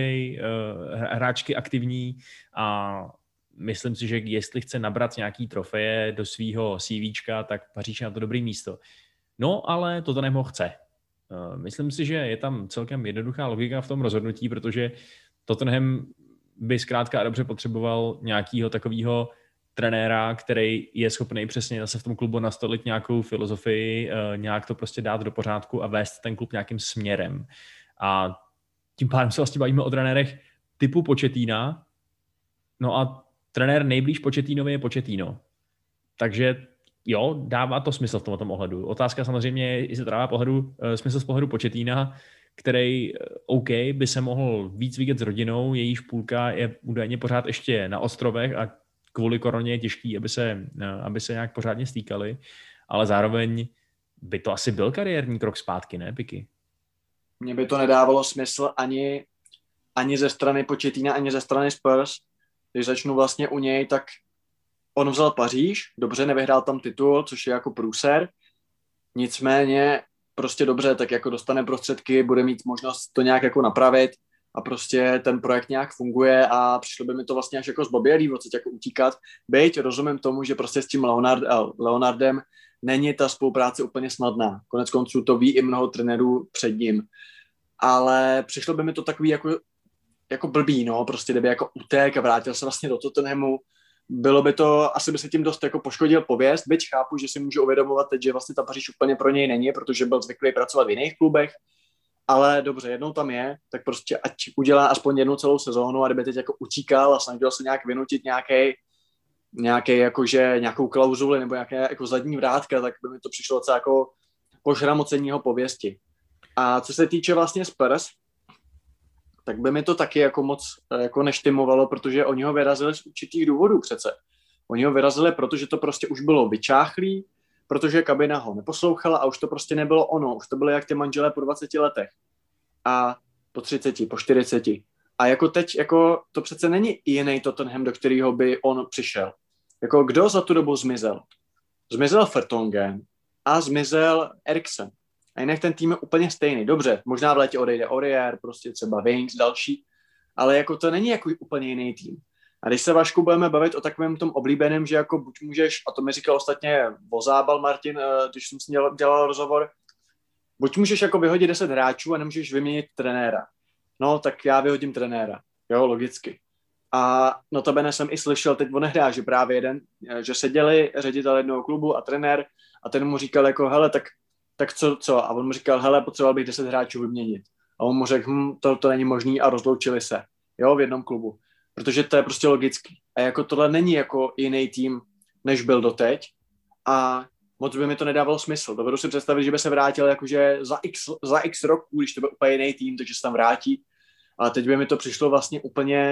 hráčky aktivní a myslím si, že jestli chce nabrat nějaký trofeje do svýho CVčka, tak Paříž je na to dobrý místo. No, ale to ho chce. Myslím si, že je tam celkem jednoduchá logika v tom rozhodnutí, protože Tottenham by zkrátka a dobře potřeboval nějakého takového trenéra, který je schopný přesně zase v tom klubu nastolit nějakou filozofii, nějak to prostě dát do pořádku a vést ten klub nějakým směrem. A tím pádem se vlastně bavíme o trenérech typu Pochettina, no a trenér nejblíž Pochettinovi je Pochettino. Takže jo, dává to smysl v tomto ohledu. Otázka samozřejmě je, jestli to dává smysl z pohledu Pochettina, který OK, by se mohl víc vidět s rodinou, jejíž půlka je údajně pořád ještě na ostrovech a kvůli koroně je těžký, aby se nějak pořádně stýkali, ale zároveň by to asi byl kariérní krok zpátky, ne, Piky? Mně by to nedávalo smysl ani ze strany Pochettina, ani ze strany Spurs. Když začnu vlastně u něj, tak on vzal Paříž, dobře, nevyhrál tam titul, což je jako průser, nicméně prostě dobře, tak jako dostane prostředky, bude mít možnost to nějak jako napravit a prostě ten projekt nějak funguje a přišlo by mi to vlastně až jako zbabělý, odsaď jako utíkat. Byť rozumím tomu, že prostě s tím Leonardem není ta spolupráce úplně snadná. Konec konců to ví i mnoho trenérů před ním. Ale přišlo by mi to takový jako blbý, no, prostě kdyby jako utek a vrátil se vlastně do Tottenhamu, bylo by to, asi by se tím dost jako poškodil pověst, byť chápu, že si můžu uvědomovat teď, že vlastně ta Paříž úplně pro něj není, protože byl zvyklý pracovat v jiných klubech, ale dobře, jednou tam je, tak prostě ať udělá aspoň jednu celou sezónu a kdyby teď jako utíkal a snažil se nějak vynutit nějaký jakože nějakou klauzuli nebo nějaké jako zadní vrátka, tak by mi to přišlo docela jako pošramocení jeho pověsti. A co se týče vlastně Spurs, tak by mi to taky jako moc jako neštimovalo, protože oni ho vyrazili z určitých důvodů přece. Oni ho vyrazili, protože to prostě už bylo vyčáchlý, protože kabina ho neposlouchala a už to prostě nebylo ono. Už to byly jak ty manželé po 20 letech. A po 30, po 40. A jako teď, jako to přece není jiný Tottenham, do kterého by on přišel. Jako kdo za tu dobu zmizel? Zmizel Vertonghen a zmizel Eriksen. A jinak ten tým je úplně stejný. Dobře, možná v létě odejde Aurier, prostě třeba Winks, další, ale jako to není jako úplně jiný tým. A když se, Vašku, budeme bavit o takovém tom oblíbeném, že jako buď můžeš, a to mi říkal ostatně Vozábal Martin, když jsem s ním dělal rozhovor, buď můžeš jako vyhodit 10 hráčů a nemůžeš vyměnit trenéra. No, tak já vyhodím trenéra. Jo, logicky. A notabene jsem i slyšel, teď on nehrá, že právě jeden, že seděli ředitel jednoho klubu a trenér a ten mu říkal jako, hele, tak co? A on mu říkal, hele, potřeboval bych 10 hráčů vyměnit. A on mu řekl, to není možný a rozloučili se. Jo, v jednom klubu. Protože to je prostě logický. A jako tohle není jako jiný tým, než byl doteď. A moc by mi to nedávalo smysl. Dovedu si představit, že by se vrátil jakože za x roků, když to byl úplně jiný tým, takže se tam vrátí. Ale teď by mi to přišlo vlastně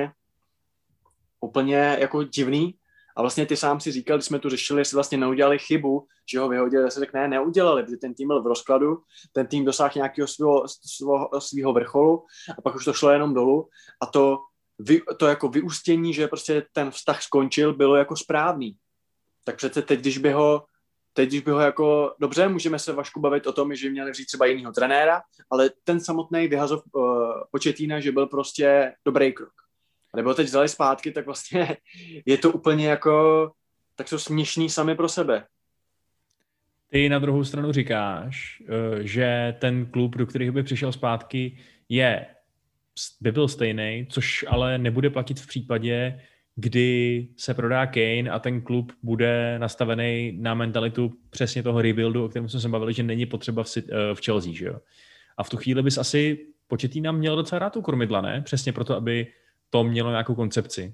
úplně jako divný. A vlastně ty sám si říkal, když jsme tu řešili, jestli vlastně neudělali chybu, že ho vyhodili, já si řekl, ne, neudělali, protože ten tým byl v rozkladu, ten tým dosáhl nějakého svého vrcholu a pak už to šlo jenom dolů a to jako vyústění, že prostě ten vztah skončil, bylo jako správný. Tak přece teď, když by ho jako, dobře, můžeme se, Vašku, bavit o tom, že měli vzít třeba jinýho trenéra, ale ten samotný vyhazov Pochettina, že byl prostě dobrý krok. A nebo teď vzali zpátky, tak vlastně je to úplně jako, tak jsou směšný sami pro sebe. Ty na druhou stranu říkáš, že ten klub, do kterého by přišel zpátky, by byl stejný, což ale nebude platit v případě, kdy se prodá Kane a ten klub bude nastavený na mentalitu přesně toho rebuildu, o kterém jsme se bavili, že není potřeba v Chelsea, že jo? A v tu chvíli bys asi Pochettina měl docela rád tu kormidla, ne? Přesně proto, aby to mělo nějakou koncepci.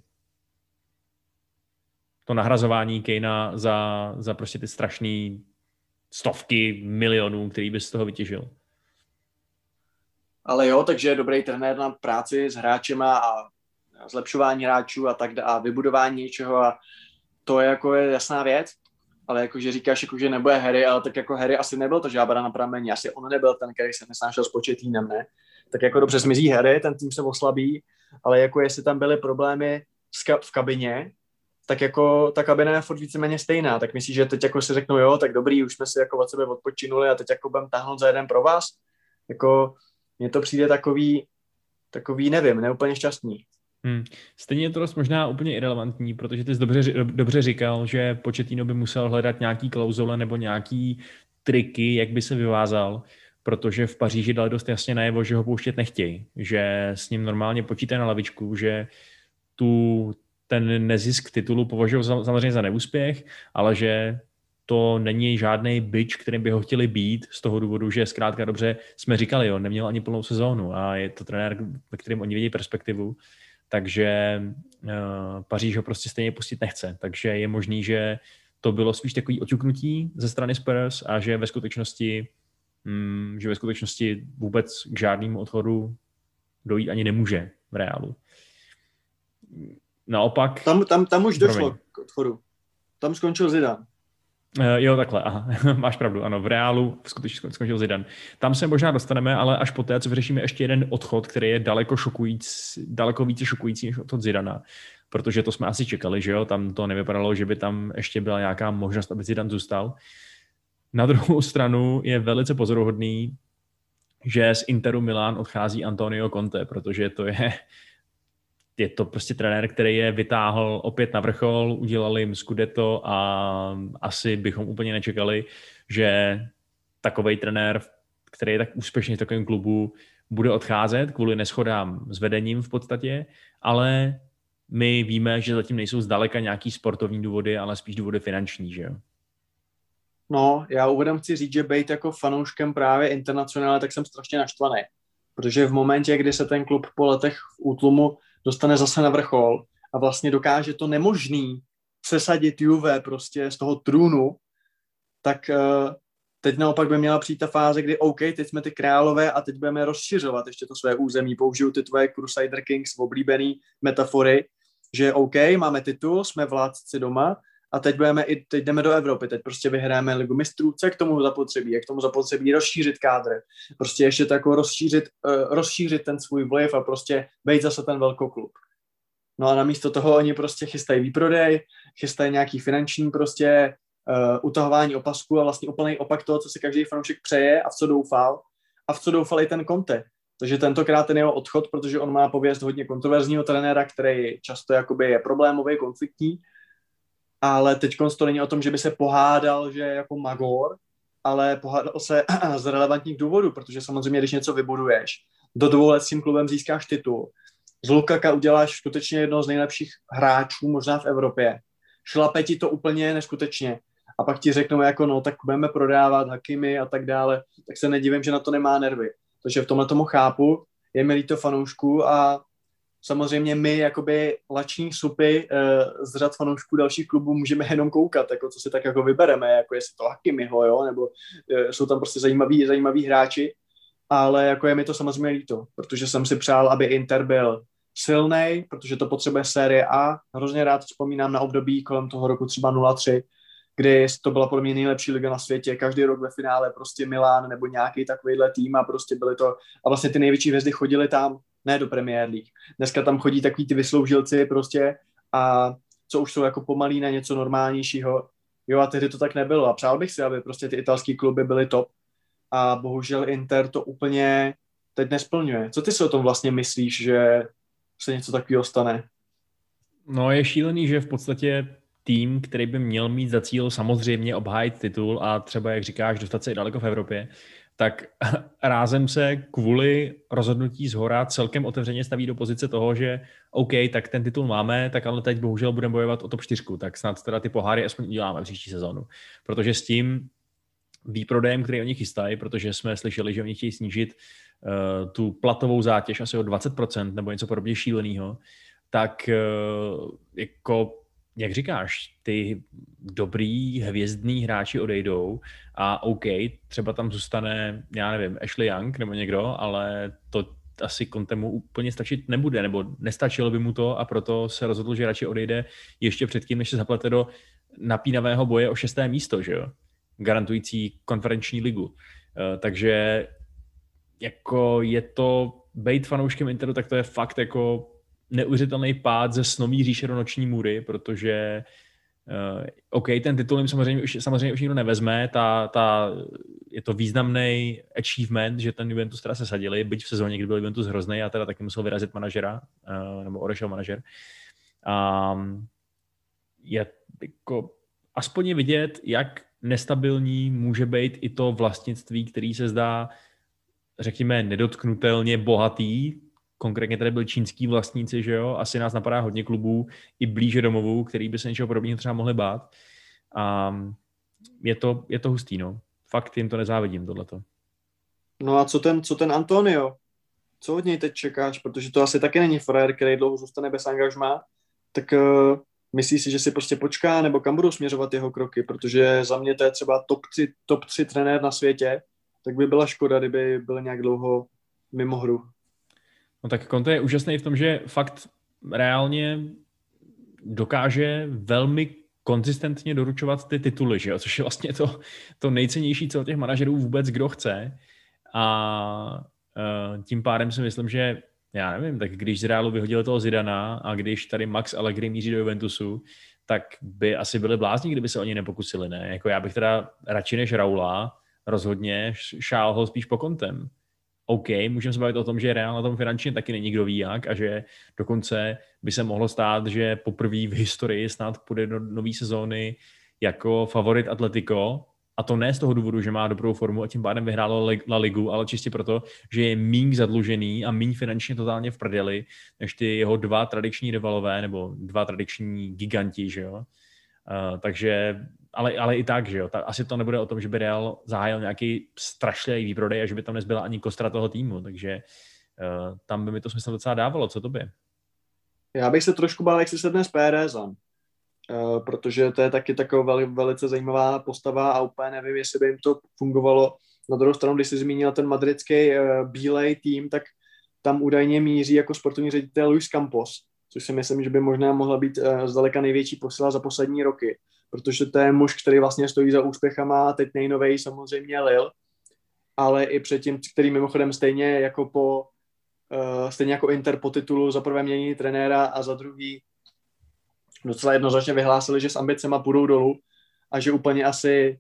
To nahrazování Kanea za prostě ty strašný stovky milionů, který bys z toho vytěžil. Ale jo, takže je dobrý trenér na práci s hráčema a zlepšování hráčů a tak a vybudování něčeho a to je jako jasná věc, ale jakože říkáš, jako, že nebude Harry, ale tak jako Harry asi nebyl to žábra na prameni, asi on nebyl ten, který se nesnášel s Pochettinem, ne? Tak jako dobře zmizí Harry, ten tým se oslabí, ale jako jestli tam byly problémy v kabině, tak jako ta kabina je furt víceméně stejná, tak myslíš, že teď jako si řeknou, jo, tak dobrý, už jsme si jako od sebe odpočinuli a teď jako budeme táhnout za jeden pro vás, jako mně to přijde takový, nevím, neúplně šťastný. Stejně je to dost možná úplně irelevantní, protože ty jsi dobře říkal, že Pochettino by musel hledat nějaký klauzule nebo nějaký triky, jak by se vyvázal, protože v Paříži dali dost jasně najevo, že ho pouštět nechtějí, že s ním normálně počítají na lavičku, že ten nezisk titulu považují samozřejmě za neúspěch, ale že to není žádný bič, kterým by ho chtěli být z toho důvodu, že zkrátka dobře jsme říkali, on neměl ani plnou sezónu a je to trenér, ve kterém oni vidí perspektivu, takže Paříž ho prostě stejně pustit nechce. Takže je možný, že to bylo spíš takový oťuknutí ze strany Spurs a že ve skutečnosti vůbec k žádnému odchodu dojít ani nemůže v Reálu. Naopak... Tam už došlo k odchodu. Tam skončil Zidane. Jo, takhle, aha. Máš pravdu, ano, v Reálu skutečně skončil Zidane. Tam se možná dostaneme, ale až poté, co vyřešíme ještě jeden odchod, který je daleko více šokující než odchod Zidana, protože to jsme asi čekali, že jo, tam to nevypadalo, že by tam ještě byla nějaká možnost, aby Zidane zůstal. Na druhou stranu je velice pozoruhodný, že z Interu Milán odchází Antonio Conte, protože je to prostě trenér, který je vytáhl opět na vrchol, udělal jim Scudetto a asi bychom úplně nečekali, že takovej trenér, který je tak úspěšný v takovém klubu, bude odcházet kvůli neschodám s vedením v podstatě, ale my víme, že zatím nejsou zdaleka nějaký sportovní důvody, ale spíš důvody finanční, že jo? No, já úvodem chci říct, že být jako fanouškem právě Internacionále, tak jsem strašně naštvaný. Protože v momentě, kdy se ten klub po letech v útlumu dostane zase na vrchol a vlastně dokáže to nemožný přesadit Juve prostě z toho trůnu, tak teď naopak by měla přijít ta fáze, kdy OK, teď jsme ty králové a teď budeme rozšiřovat ještě to své území. Použiju ty tvoje Crusader Kings oblíbený metafory, že OK, máme titul, jsme vládci doma a teď jdeme do Evropy, teď prostě vyhráme Ligu mistrů, co je k tomu zapotřebí? Je k tomu zapotřebí rozšířit kádr, prostě ještě tak rozšířit ten svůj vliv a prostě být zase ten velkoklub. No a namísto toho oni prostě chystají výprodej, chystají nějaký finanční prostě utahování opasku a vlastně úplný opak toho, co si každý fanoušek přeje a v co doufal i ten Conte. Takže tentokrát ten jeho odchod, protože on má pověst hodně kontroverzního trenéra, který často jakoby je problémový, konfliktní, ale teď to není o tom, že by se pohádal, že jako magor, ale pohádal se z relevantních důvodů, protože samozřejmě, když něco vybuduješ, do 2 let s tím klubem získáš titul, z Lukaka uděláš skutečně jednoho z nejlepších hráčů možná v Evropě, šlape ti to úplně neskutečně a pak ti řeknou jako no, tak budeme prodávat Hakimi a tak dále, tak se nedivím, že na to nemá nervy. Takže v tomhle tomu chápu, je mi líto fanoušků a samozřejmě my jakoby lační supy z řad fanoušků dalších klubů můžeme jenom koukat, jako co si tak jako vybereme, jako jestli to Hakimiho, jo, nebo jsou tam prostě zajímaví hráči, ale jako je mi to samozřejmě líto, protože jsem si přál, aby Inter byl silnej, protože to potřebuje série A. Hrozně rád vzpomínám na období kolem toho roku třeba 0-3, kdy to byla podle mě nejlepší liga na světě, každý rok ve finále prostě Milán nebo nějaký takovýhle tým a prostě byly to, a vlastně ty největší hvězdy chodili tam, ne do Premier League. Dneska tam chodí takový ty vysloužilci prostě a co už jsou jako pomalí na něco normálnějšího. Jo, a tehdy to tak nebylo a přál bych si, aby prostě ty italský kluby byly top a bohužel Inter to úplně teď nesplňuje. Co ty si o tom vlastně myslíš, že se něco takového stane? No je šílený, že v podstatě tým, který by měl mít za cíl samozřejmě obhájit titul a třeba, jak říkáš, dostat se i daleko v Evropě, tak rázem se kvůli rozhodnutí zhora celkem otevřeně staví do pozice toho, že OK, tak ten titul máme, tak ale teď bohužel budeme bojovat o top 4, tak snad teda ty poháry aspoň uděláme příští sezónu. Protože s tím výprodejem, který oni chystají, protože jsme slyšeli, že oni chtějí snížit tu platovou zátěž asi o 20% nebo něco podobně šíleného, tak jako, jak říkáš, ty dobrý hvězdní hráči odejdou a OK, třeba tam zůstane, já nevím, Ashley Young nebo někdo, ale to asi Contemu úplně stačit nebude, nebo nestačilo by mu to a proto se rozhodl, že radši odejde ještě předtím, než se zaplete do napínavého boje o 6. místo, že jo? Garantující konferenční ligu. Takže jako je to, bejt fanouškem Interu, tak to je fakt jako neuvěřitelný pád ze snový říše do noční můry, protože OK, ten titul jim samozřejmě už nikdo nevezme, je to významný achievement, že ten Juventus teda se sadili, byť v sezóně, kdy byl Juventus hrozný a teda taky musel vyrazit manažera, nebo odešel manažer. Je jako aspoň je vidět, jak nestabilní může být i to vlastnictví, který se zdá, řekněme, nedotknutelně bohatý. Konkrétně tady byl čínský vlastníci, že jo? Asi nás napadá hodně klubů i blíže domovů, který by se něčeho podobného třeba mohli bát. A je to hustý, no. Fakt jim to nezávidím, tohleto. No a co ten Antonio? Co od něj teď čekáš? Protože to asi taky není frajer, který dlouho zůstane bez angažmá. Tak myslíš si, že si prostě počká, nebo kam budou směřovat jeho kroky? Protože za mě to je třeba top 3 trenér na světě, tak by byla škoda, kdyby byl nějak dlouho mimo hru. No tak Conte je úžasný v tom, že fakt reálně dokáže velmi konzistentně doručovat ty tituly, že jo? Což je vlastně to nejcennější, co od těch manažerů vůbec kdo chce. A tím pádem si myslím, že já nevím, tak když z Realu vyhodil toho Zidana a když tady Max Allegri míří do Juventusu, tak by asi byli blázni, kdyby se oni nepokusili, ne? Jako já bych teda radši než Raula rozhodně šál ho spíš po Contem. OK, můžeme se bavit o tom, že Real na tom finančně taky není kdo ví jak a že dokonce by se mohlo stát, že poprvé v historii snad půjde do nové sezóny jako favorit Atletico, a to ne z toho důvodu, že má dobrou formu a tím pádem vyhrálo La Ligu, ale čistě proto, že je míň zadlužený a míň finančně totálně v prdeli, než ty jeho dva tradiční rivalové nebo dva tradiční giganti, že jo. Takže, ale i tak, že jo. Asi to nebude o tom, že by Real zahájil nějaký strašlivý výprodej a že by tam nezbyla ani kostra toho týmu, takže tam by mi to smysl docela dávalo. Co to by? Já bych se trošku bál, jak si sedne s Pérezem, protože to je taky taková velice zajímavá postava a úplně nevím, jestli by jim to fungovalo. Na druhou stranu, když jsi zmínil ten madridský bílej tým, tak tam údajně míří jako sportovní ředitel Luis Campos, což si myslím, že by možná mohla být zdaleka největší posila za poslední roky, protože to je muž, který vlastně stojí za úspěchama a teď nejnovej samozřejmě Lille, ale i předtím, který mimochodem stejně jako Inter po titulu za prvé mění trenéra a za druhý docela jednoznačně vyhlásili, že s ambicema půjdou dolů a že úplně asi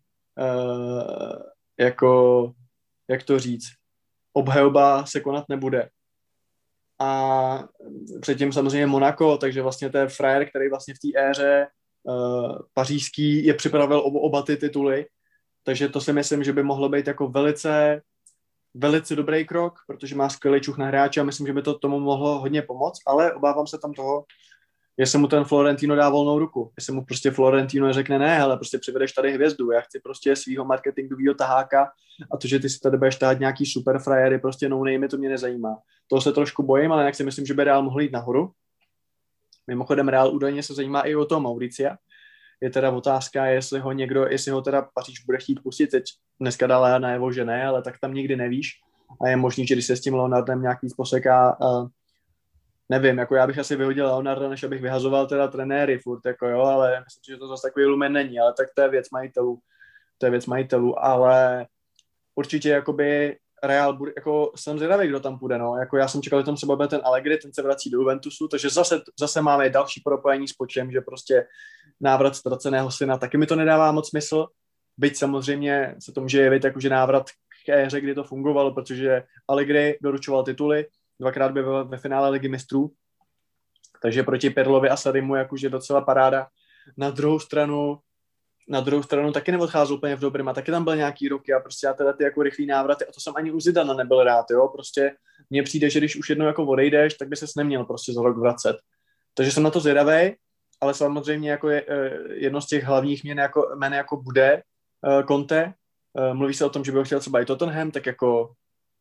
jako, jak to říct, obhajoba se konat nebude. A předtím samozřejmě Monaco, takže vlastně to je frajer, který vlastně v té éře pařížský je připravil oba ty tituly, takže to si myslím, že by mohlo být jako velice, velice dobrý krok, protože má skvělý čuch na hráče a myslím, že by to tomu mohlo hodně pomoct, ale obávám se tam toho, jestli mu ten Florentino dá volnou ruku, jestli mu prostě Florentino řekne ne, hele, prostě přivedeš tady hvězdu, já chci prostě svýho marketingovýho taháka a to, že ty si tady budeš tahat nějaký super frajery, prostě no name, to mě nezajímá. Toho se trošku bojím, ale jak si myslím, že by Real mohl jít nahoru. Mimochodem Real údajně se zajímá i o toho Mauricia. Je teda otázka, jestli ho teda Paříž bude chtít pustit, teď dneska dala najevo, že ne, ale tak tam nikdy nevíš. a je možný, že když se s tím Leonardem nějak víc poseká, nevím, jako já bych asi vyhodil Leonarda, než abych vyhazoval teda trenéry furt, jako jo, ale myslím, že to zase takový lumen není, ale tak to je věc majitelů, ale určitě jakoby Real bude, jako jsem zvědavý, kdo tam půjde, no, jako já jsem čekal, že tam třeba bude ten Allegri, ten se vrací do Juventusu, takže zase máme další propojení s Počem, že prostě návrat ztraceného syna, taky mi to nedává moc smysl, byť samozřejmě se to může jevit jakože návrat k éře, kdy to fungovalo, protože Allegri doručoval tituly, dvakrát byl ve finále Ligy mistrů, takže proti Pirlovi a Sarimu jakože docela paráda. Na druhou stranu taky neodcházel úplně v dobrým a taky tam byl nějaký roky a prostě já teda ty jako rychlý návraty a to jsem ani u Zidana nebyl rád, jo, prostě mně přijde, že když už jednou jako odejdeš, tak by ses neměl prostě za rok vracet. Takže jsem na to zvědavej, ale samozřejmě jako jedno z těch hlavních jmen jako bude Conte. Mluví se o tom, že by ho chtěl třeba i Tottenham, tak jako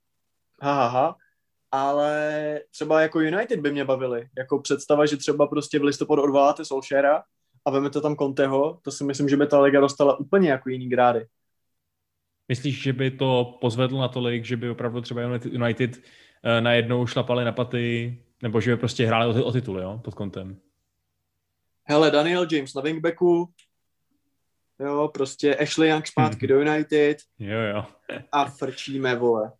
ale třeba jako United by mě bavili. Jako představa, že třeba prostě v listopadu odvoláte Solskjaera a vemete tam Conteho, to si myslím, že by ta liga dostala úplně jako jiný grády. Myslíš, že by to pozvedlo natolik, že by opravdu třeba United najednou šlapali na paty, nebo že by prostě hráli o titul, jo, pod Contem? Hele, Daniel James na wingbacku, jo, prostě Ashley Young zpátky do United. Jo. A frčíme, vole.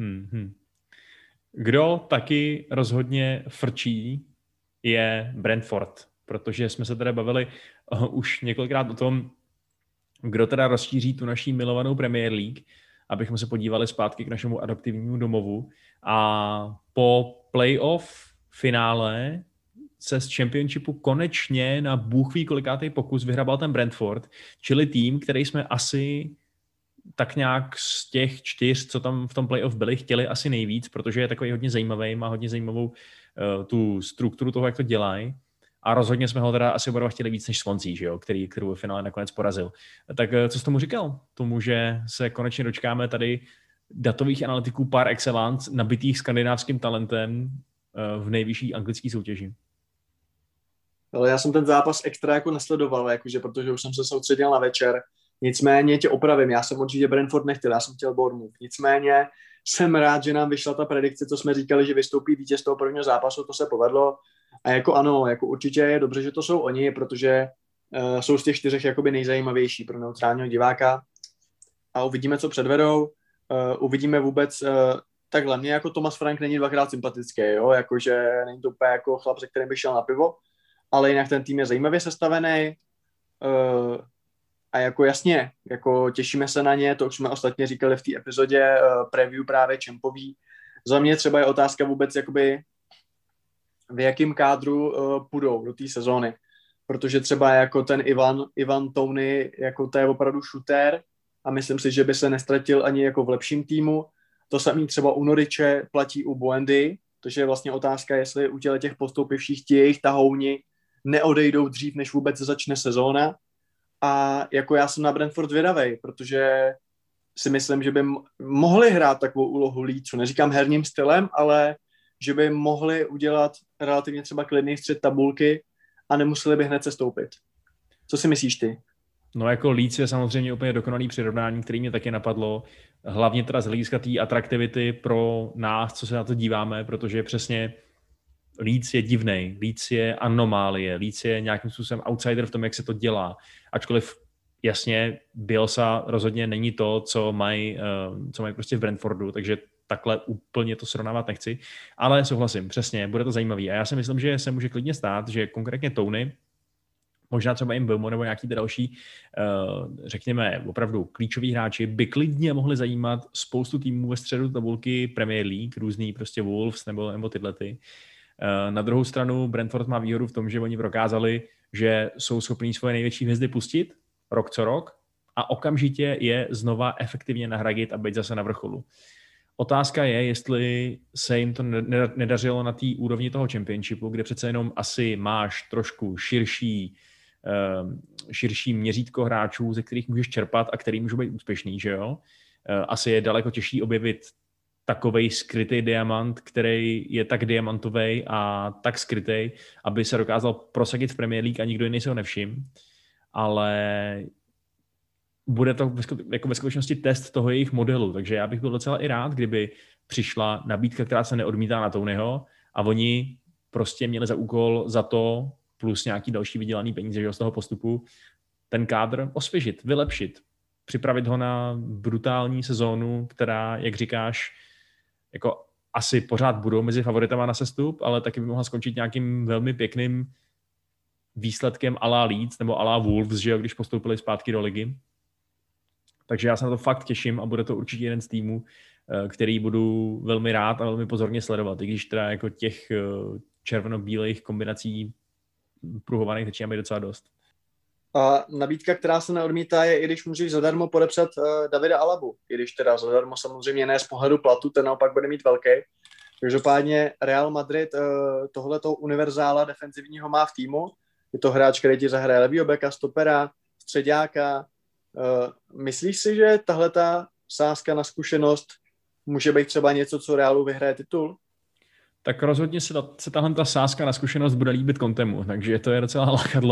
Kdo taky rozhodně frčí, je Brentford, protože jsme se tady bavili už několikrát o tom, kdo teda rozšíří tu naší milovanou Premier League, abychom se podívali zpátky k našemu adaptivnímu domovu. A po playoff finále se z Championshipu konečně na bůh ví kolikátej pokus vyhrabal ten Brentford, čili tým, který jsme asi tak nějak z těch 4, co tam v tom playoff byli, chtěli asi nejvíc, protože je takový hodně zajímavý, má hodně zajímavou tu strukturu toho, jak to dělají. A rozhodně jsme ho teda asi oba chtěli víc než Swansea, že jo, kterou v finále nakonec porazil. Tak co jsi tomu říkal? Tomu, že se konečně dočkáme tady datových analytiků par excellence, nabitých skandinávským talentem v nejvyšší anglické soutěži. Ale já jsem ten zápas extra jako nesledoval, jakože, protože už jsem se soustředil na večer. Nicméně tě opravím, já jsem určitě Brentford nechtěl, já jsem chtěl Bournemouth. Nicméně jsem rád, že nám vyšla ta predikce, co jsme říkali, že vystoupí vítěz toho prvního zápasu, to se povedlo. A jako ano, jako určitě je dobře, že to jsou oni, protože jsou z těch 4 jakoby nejzajímavější pro neutrálního diváka. A uvidíme, co předvedou. Uvidíme vůbec, takhle, mě jako Thomas Frank není dvakrát sympatický, jo, jakože není to úplně jako chlap, se kterým bych šel na pivo, ale jinak ten tým je zajímavě sestavený. A jako jasně, jako těšíme se na ně, to už jsme ostatně říkali v té epizodě preview právě Čempový. Za mě třeba je otázka vůbec, jakoby v jakém kádru půjdou do té sezóny. Protože třeba jako ten Ivan Toney, jako to je opravdu šutér a myslím si, že by se nestratil ani jako v lepším týmu. To samý třeba u Noriče platí u Buendy, takže je vlastně otázka, jestli u těch postoupivších ti jejich tahouni neodejdou dřív, než vůbec začne sezóna. A jako já jsem na Brentford zvědavej, protože si myslím, že by mohli hrát takovou úlohu Leedsu. Neříkám herním stylem, ale že by mohli udělat relativně třeba klidný střed tabulky a nemuseli by hned se stoupit. Co si myslíš ty? No jako Leeds je samozřejmě úplně dokonalý přirovnání, který mě taky napadlo. Hlavně teda z hlediska té atraktivity pro nás, co se na to díváme, protože přesně Leeds je divnej, Leeds je anomálie, Leeds je nějakým způsobem outsider v tom, jak se to dělá. Ačkoliv jasně Bielsa rozhodně není to, co mají prostě v Brentfordu, takže takhle úplně to srovnávat nechci. Ale souhlasím, přesně, bude to zajímavý. A já si myslím, že se může klidně stát, že konkrétně Toney, možná třeba i Mbeumo nebo nějaký další, řekněme, opravdu klíčoví hráči by klidně mohli zajímat spoustu týmů ve středu tabulky Premier League, různý prostě Wolves nebo tyhle ty. Na druhou stranu Brentford má výhodu v tom, že oni prokázali, že jsou schopní svoje největší hvězdy pustit rok co rok a okamžitě je znova efektivně nahradit a být zase na vrcholu. Otázka je, jestli se jim to nedařilo na té úrovni toho Championshipu, kde přece jenom asi máš trošku širší měřítko hráčů, ze kterých můžeš čerpat a který můžou být úspěšný, že jo? Asi je daleko těžší objevit takovej skrytý diamant, který je tak diamantový a tak skrytý, aby se dokázal prosadit v Premier League a nikdo jiný se ho nevšim. Ale bude to jako ve skutečnosti test toho jejich modelu, takže já bych byl docela i rád, kdyby přišla nabídka, která se neodmítá na Tonyho a oni prostě měli za úkol za to plus nějaký další vydělaný peníze, že z toho postupu ten kádr osvěžit, vylepšit, připravit ho na brutální sezónu, která, jak říkáš, jako asi pořád budou mezi favoritama na sestup, ale taky by mohla skončit nějakým velmi pěkným výsledkem à la Leeds nebo à la Wolves, že jo, když postoupili zpátky do ligy. Takže já se na to fakt těším a bude to určitě jeden z týmů, který budu velmi rád a velmi pozorně sledovat, i když teda jako těch červeno-bílých kombinací pruhovaných začíná být docela dost. A nabídka, která se neodmítá, je, i když můžeš zadarmo podepsat Davida Alabu. I když teda zadarmo samozřejmě ne z pohledu platu, ten naopak bude mít velký. Každopádně Real Madrid tohleto univerzála defenzivního má v týmu. Je to hráč, který ti zahraje levýho beka, stopera, středáka. Myslíš si, že tahleta sázka na zkušenost může být třeba něco, co Realu vyhraje titul? Tak rozhodně se tahle ta sázka na zkušenost bude líbit Contemu, takže to je docela lákadlo,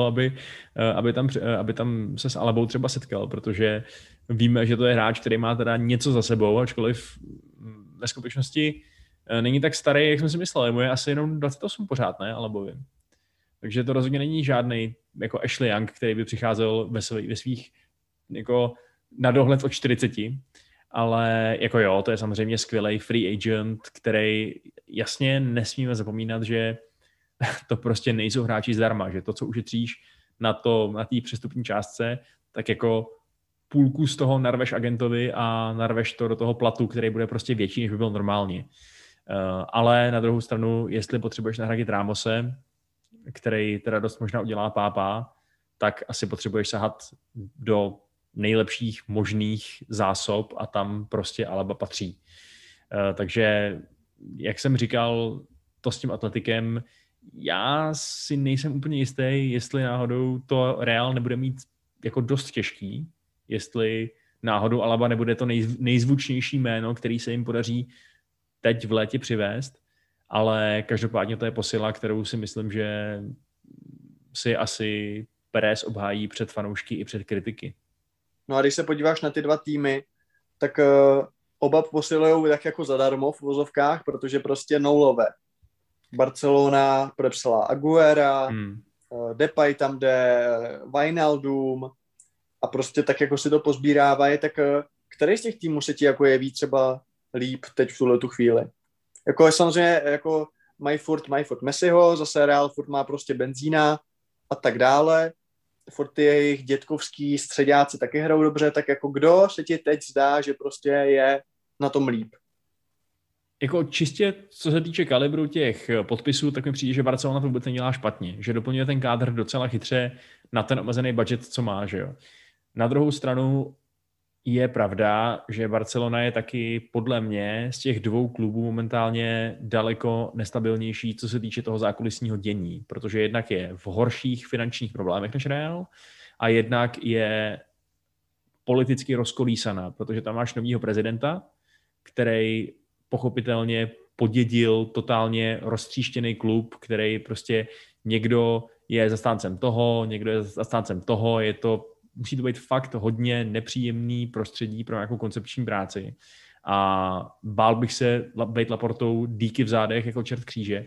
aby tam se s Alabou třeba setkal, protože víme, že to je hráč, který má teda něco za sebou, ačkoliv ve skutečnosti není tak starý, jak jsem si myslel, mu je asi jenom 28 pořád, ne, Alabovi. Takže to rozhodně není žádný jako Ashley Young, který by přicházel ve svých jako na dohled od 40, ale jako jo, to je samozřejmě skvělý free agent, který jasně nesmíme zapomínat, že to prostě nejsou hráči zdarma, že to, co ušetříš na té přestupní částce, tak jako půlku z toho narveš agentovi a narveš to do toho platu, který bude prostě větší, než by byl normálně. Ale na druhou stranu, jestli potřebuješ nahradit Ramose, který teda dost možná udělá pápa, tak asi potřebuješ sahat do nejlepších možných zásob a tam prostě Alaba patří. Takže, jak jsem říkal, to s tím Atletikem, já si nejsem úplně jistý, jestli náhodou to Real nebude mít jako dost těžký, jestli náhodou Alaba nebude to nejzvučnější jméno, který se jim podaří teď v létě přivést, ale každopádně to je posila, kterou si myslím, že si asi Pérez obhájí před fanoušky i před kritiky. No a když se podíváš na ty dva týmy, tak oba posilujou tak jako zadarmo v vozovkách, protože prostě no love. Barcelona podepsala Aguera, Depay tam jde, Wijnaldum a prostě tak jako si to pozbírávají, tak který z těch týmů se ti jako jeví třeba líp teď v tuhletu chvíli? Jako samozřejmě jako mají furt Messiho, zase Real furt má prostě Benzína a tak dále. Furt ty jejich dětkovský středáci taky hrajou dobře, tak jako kdo se ti teď zdá, že prostě je na tom líp? Jako čistě, co se týče kalibru těch podpisů, tak mi přijde, že Barcelona to vůbec nedělá špatně, že doplňuje ten kádr docela chytře na ten omezený budget, co má, že jo. Na druhou stranu je pravda, že Barcelona je taky podle mě z těch dvou klubů momentálně daleko nestabilnější, co se týče toho zákulisního dění, protože jednak je v horších finančních problémech než Real a jednak je politicky rozkolísaná, protože tam máš novýho prezidenta, který pochopitelně podědil totálně roztříštěný klub, který prostě někdo je zastáncem toho, někdo je zastáncem toho, musí to být fakt hodně nepříjemný prostředí pro nějakou koncepční práci. A bál bych se být Laportou díky v zádech jako čert kříže.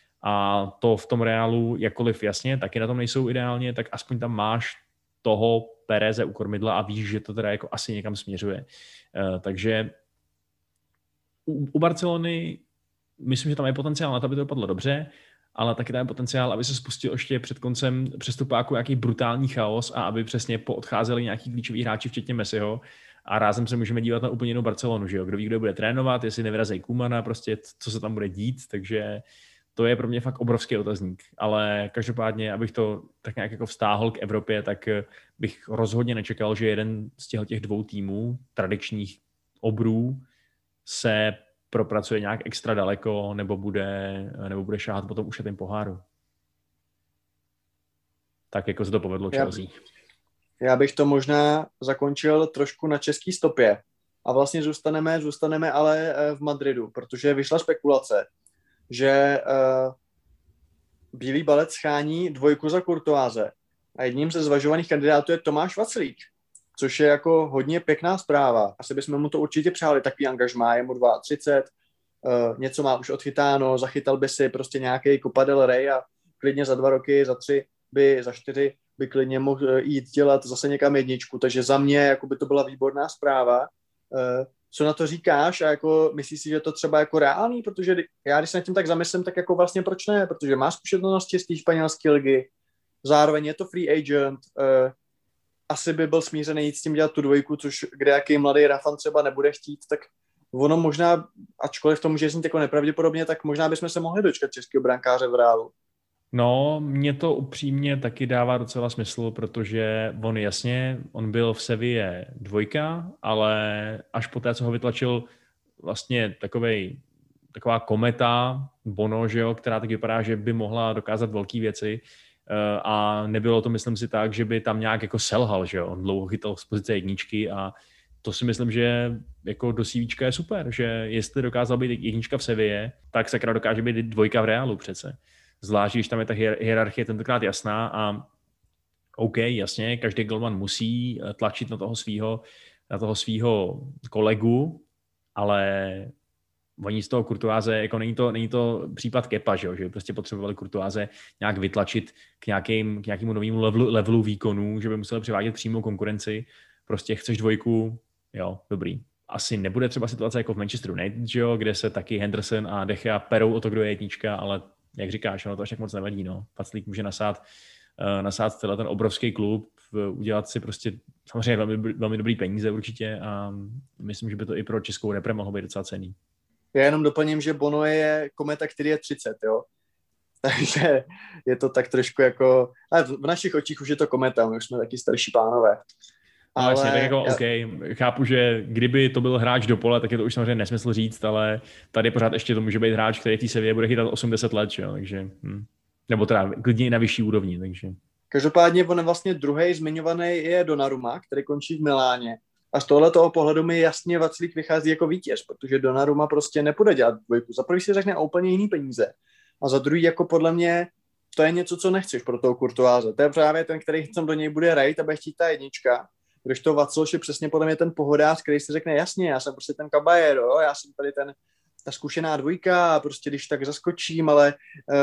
A to v tom Reálu, jakkoliv jasně, taky na tom nejsou ideálně, tak aspoň tam máš toho Péreze u kormidla a víš, že to teda jako asi někam směřuje. Takže u Barcelony myslím, že tam je potenciál na to, aby to dopadlo dobře, ale taky tam je potenciál, aby se spustil ještě před koncem přestupáku nějaký brutální chaos a aby přesně poodcházeli nějaký klíčoví hráči, včetně Messiho. A rázem se můžeme dívat na úplně jinou Barcelonu, že jo? Kdo ví, kdo bude trénovat, jestli nevyrazí Koemana, prostě co se tam bude dít, takže to je pro mě fakt obrovský otazník. Ale každopádně, abych to tak nějak jako vztáhl k Evropě, tak bych rozhodně nečekal, že jeden z těch dvou týmů, tradičních obrů, se propracuje nějak extra daleko nebo bude šáhat po tom ušetém poháru. Tak jako se to povedlo Chelsea. Já bych to možná zakončil trošku na český stopě. A vlastně zůstaneme ale v Madridu, protože vyšla spekulace, že Bílý balec schání dvojku za Courtoise a jedním ze zvažovaných kandidátů je Tomáš Vaclík, což je jako hodně pěkná zpráva. Asi bychom mu to určitě přáli, takový angažmá, je mu 32, něco má už odchytáno, zachytal by si prostě nějaký Copa del Rey a klidně za 2 roky, za 3, za 4 by klidně mohl jít dělat zase někam jedničku, takže za mě jako by to byla výborná zpráva. Co na to říkáš a jako myslíš si, že to třeba jako reálný, protože já když se nad tím tak zamyslím, tak jako vlastně proč ne, protože má zkušenosti z té španělské ligy, zároveň je to free agent, asi by byl smířený jít s tím dělat tu dvojku, což kde jaký mladý Rafan třeba nebude chtít, tak ono možná, ačkoliv to může znít jako nepravděpodobně, tak možná bychom se mohli dočkat českého brankáře v Reálu. No, mně to upřímně taky dává docela smysl, protože on byl v Seville 2, ale až po té, co ho vytlačil vlastně taková kometa Bono, že jo, která tak vypadá, že by mohla dokázat velké věci, a nebylo to, myslím si, tak, že by tam nějak jako selhal, že jo, on dlouho chytal z pozice jedničky a to si myslím, že jako do CVčka je super, že jestli dokázal být jednička v Seville, tak sakra dokáže být 2 v Reálu přece. Zvlášť, když tam je ta hierarchie tentokrát jasná a OK, jasně, každý golman musí tlačit na toho svýho kolegu, ale oni z toho Courtoise, jako není to případ Kepa, že prostě potřebovali Courtoise nějak vytlačit k nějakému novému levelu výkonu, že by museli přivádět přímou konkurenci. Prostě chceš 2, jo, dobrý. Asi nebude třeba situace jako v Manchesteru United, že jo, kde se taky Henderson a De Gea perou o to, kdo je jednička, ale jak říkáš, ono to až tak moc nevadí, no. Paclík může nasát ten obrovský klub, udělat si prostě samozřejmě velmi, velmi dobrý peníze určitě a myslím, že by to i pro českou repre mohlo být docela cenný. Já jenom doplním, že Bono je kometa, který je 30, jo. Takže je to tak trošku jako, ale v našich očích už je to kometa, my už jsme taky starší pánové. No jasně, tak jako OK, chápu, že kdyby to byl hráč do pole, tak je to už samozřejmě nesmysl říct, ale tady pořád ještě to může být hráč, který v té Sevilla bude chytat 80 let, jo, takže, nebo teda klidně i na vyšší úrovni, takže. Každopádně on vlastně druhý zmiňovaný je Donnarumma, který končí v Miláně. A z tohoto pohledu mi jasně Vaclík vychází jako vítěz, protože Donnarumma prostě nepůjde dělat 2. Za prvý si řekne úplně jiný peníze. A za druhý, jako podle mě, to je něco, co nechceš pro toho Courtoise. To je právě ten, který chcem do něj bude rejt a bude chtít ta jednička. Když to Vacloš je přesně podle mě ten pohodář, který si řekne, jasně, já jsem prostě ten Caballero, já jsem tady ta zkušená 2 a prostě když tak zaskočím, ale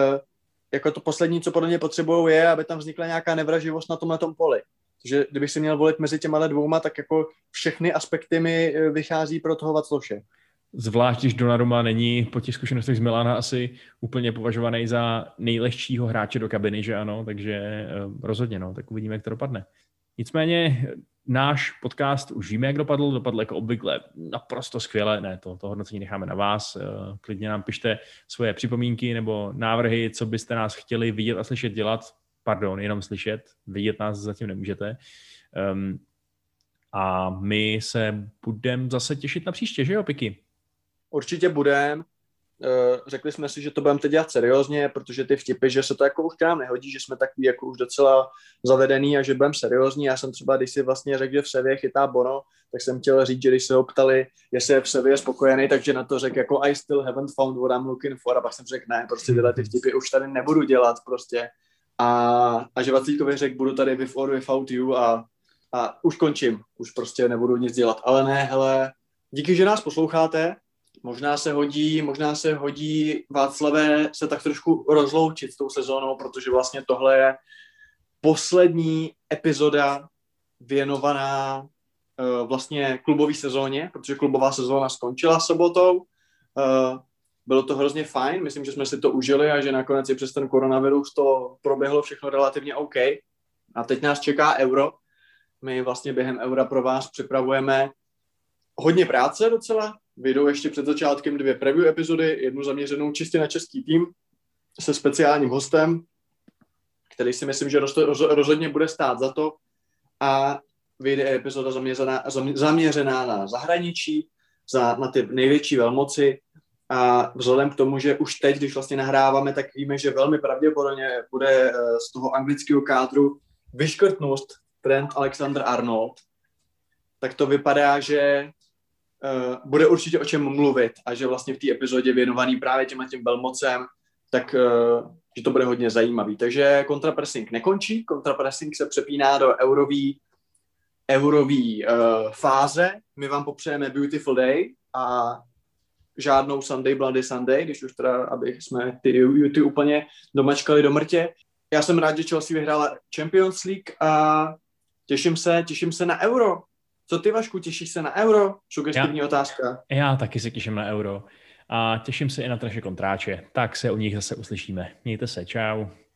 jako to poslední, co podle mě potřebujou je, aby tam vznikla nějaká nevraživost na tomhletom poli. Takže kdybych si měl volit mezi těma 2, tak jako všechny aspekty mi vychází pro toho Vacloše. Zvlášť, když Donnarumma není po těch zkušenostech z Milána asi úplně považovaný za nejlehčího hráče do kabiny, že ano, takže rozhodně, no, tak uvidíme, jak to dopadne. Nicméně náš podcast už víme, jak dopadl jako obvykle naprosto skvěle, ne, to hodnocení necháme na vás, klidně nám pište svoje připomínky nebo návrhy, co byste nás chtěli vidět a slyšet dělat, jenom slyšet, vidět nás zatím nemůžete. A my se budeme zase těšit na příště, že jo, Piky? Určitě budeme. Řekli jsme si, že to budeme teď dělat seriózně, protože ty vtipy, že se to jako už k nám nehodí, že jsme takový jako už docela zavedený a že budeme seriózní. Já jsem třeba, když si vlastně řekl, že v Sevě chytá Bono, tak jsem chtěl říct, že když se ho ptali, jestli je v Sevě spokojený, takže na to řekl jako I still haven't found what I'm looking for, a pak jsem řekl ne, prostě tyhle ty vtipy už tady nebudu dělat prostě. A že Vaclíkovi řekl, budu tady with or without you a už končím, už prostě nebudu nic dělat. Ale ne, hele, díky, že nás posloucháte. Možná se hodí Václavé se tak trošku rozloučit s tou sezónou, protože vlastně tohle je poslední epizoda věnovaná vlastně klubové sezóně, protože klubová sezóna skončila sobotou. Bylo to hrozně fajn, myslím, že jsme si to užili a že nakonec i přes ten koronavirus to proběhlo všechno relativně OK. A teď nás čeká Euro. My vlastně během Eura pro vás připravujeme hodně práce docela. Vyjdou ještě před začátkem 2 preview epizody, jednu zaměřenou čistě na český tým se speciálním hostem, který si myslím, že rozhodně bude stát za to, a vyjde epizoda zaměřená na zahraničí, na ty největší velmoci, a vzhledem k tomu, že už teď, když vlastně nahráváme, tak víme, že velmi pravděpodobně bude z toho anglického kádru vyškrtnut Trent Alexander-Arnold, tak to vypadá, že bude určitě o čem mluvit a že vlastně v té epizodě věnovaný právě těm velmocem, tak že to bude hodně zajímavý. Takže kontrapressing nekončí, kontrapressing se přepíná do eurový fáze. My vám popřejeme beautiful day a žádnou Sunday Bloody Sunday, když už teda, aby jsme ty úplně domačkali do mrtě. Já jsem rád, že Chelsea vyhrála Champions League a těším se na Euro. Co ty, Vašku, těšíš se na Euro? Sugestivní otázka. Já taky se těším na Euro a těším se i na naše kontráče. Tak se u nich zase uslyšíme. Mějte se, čau.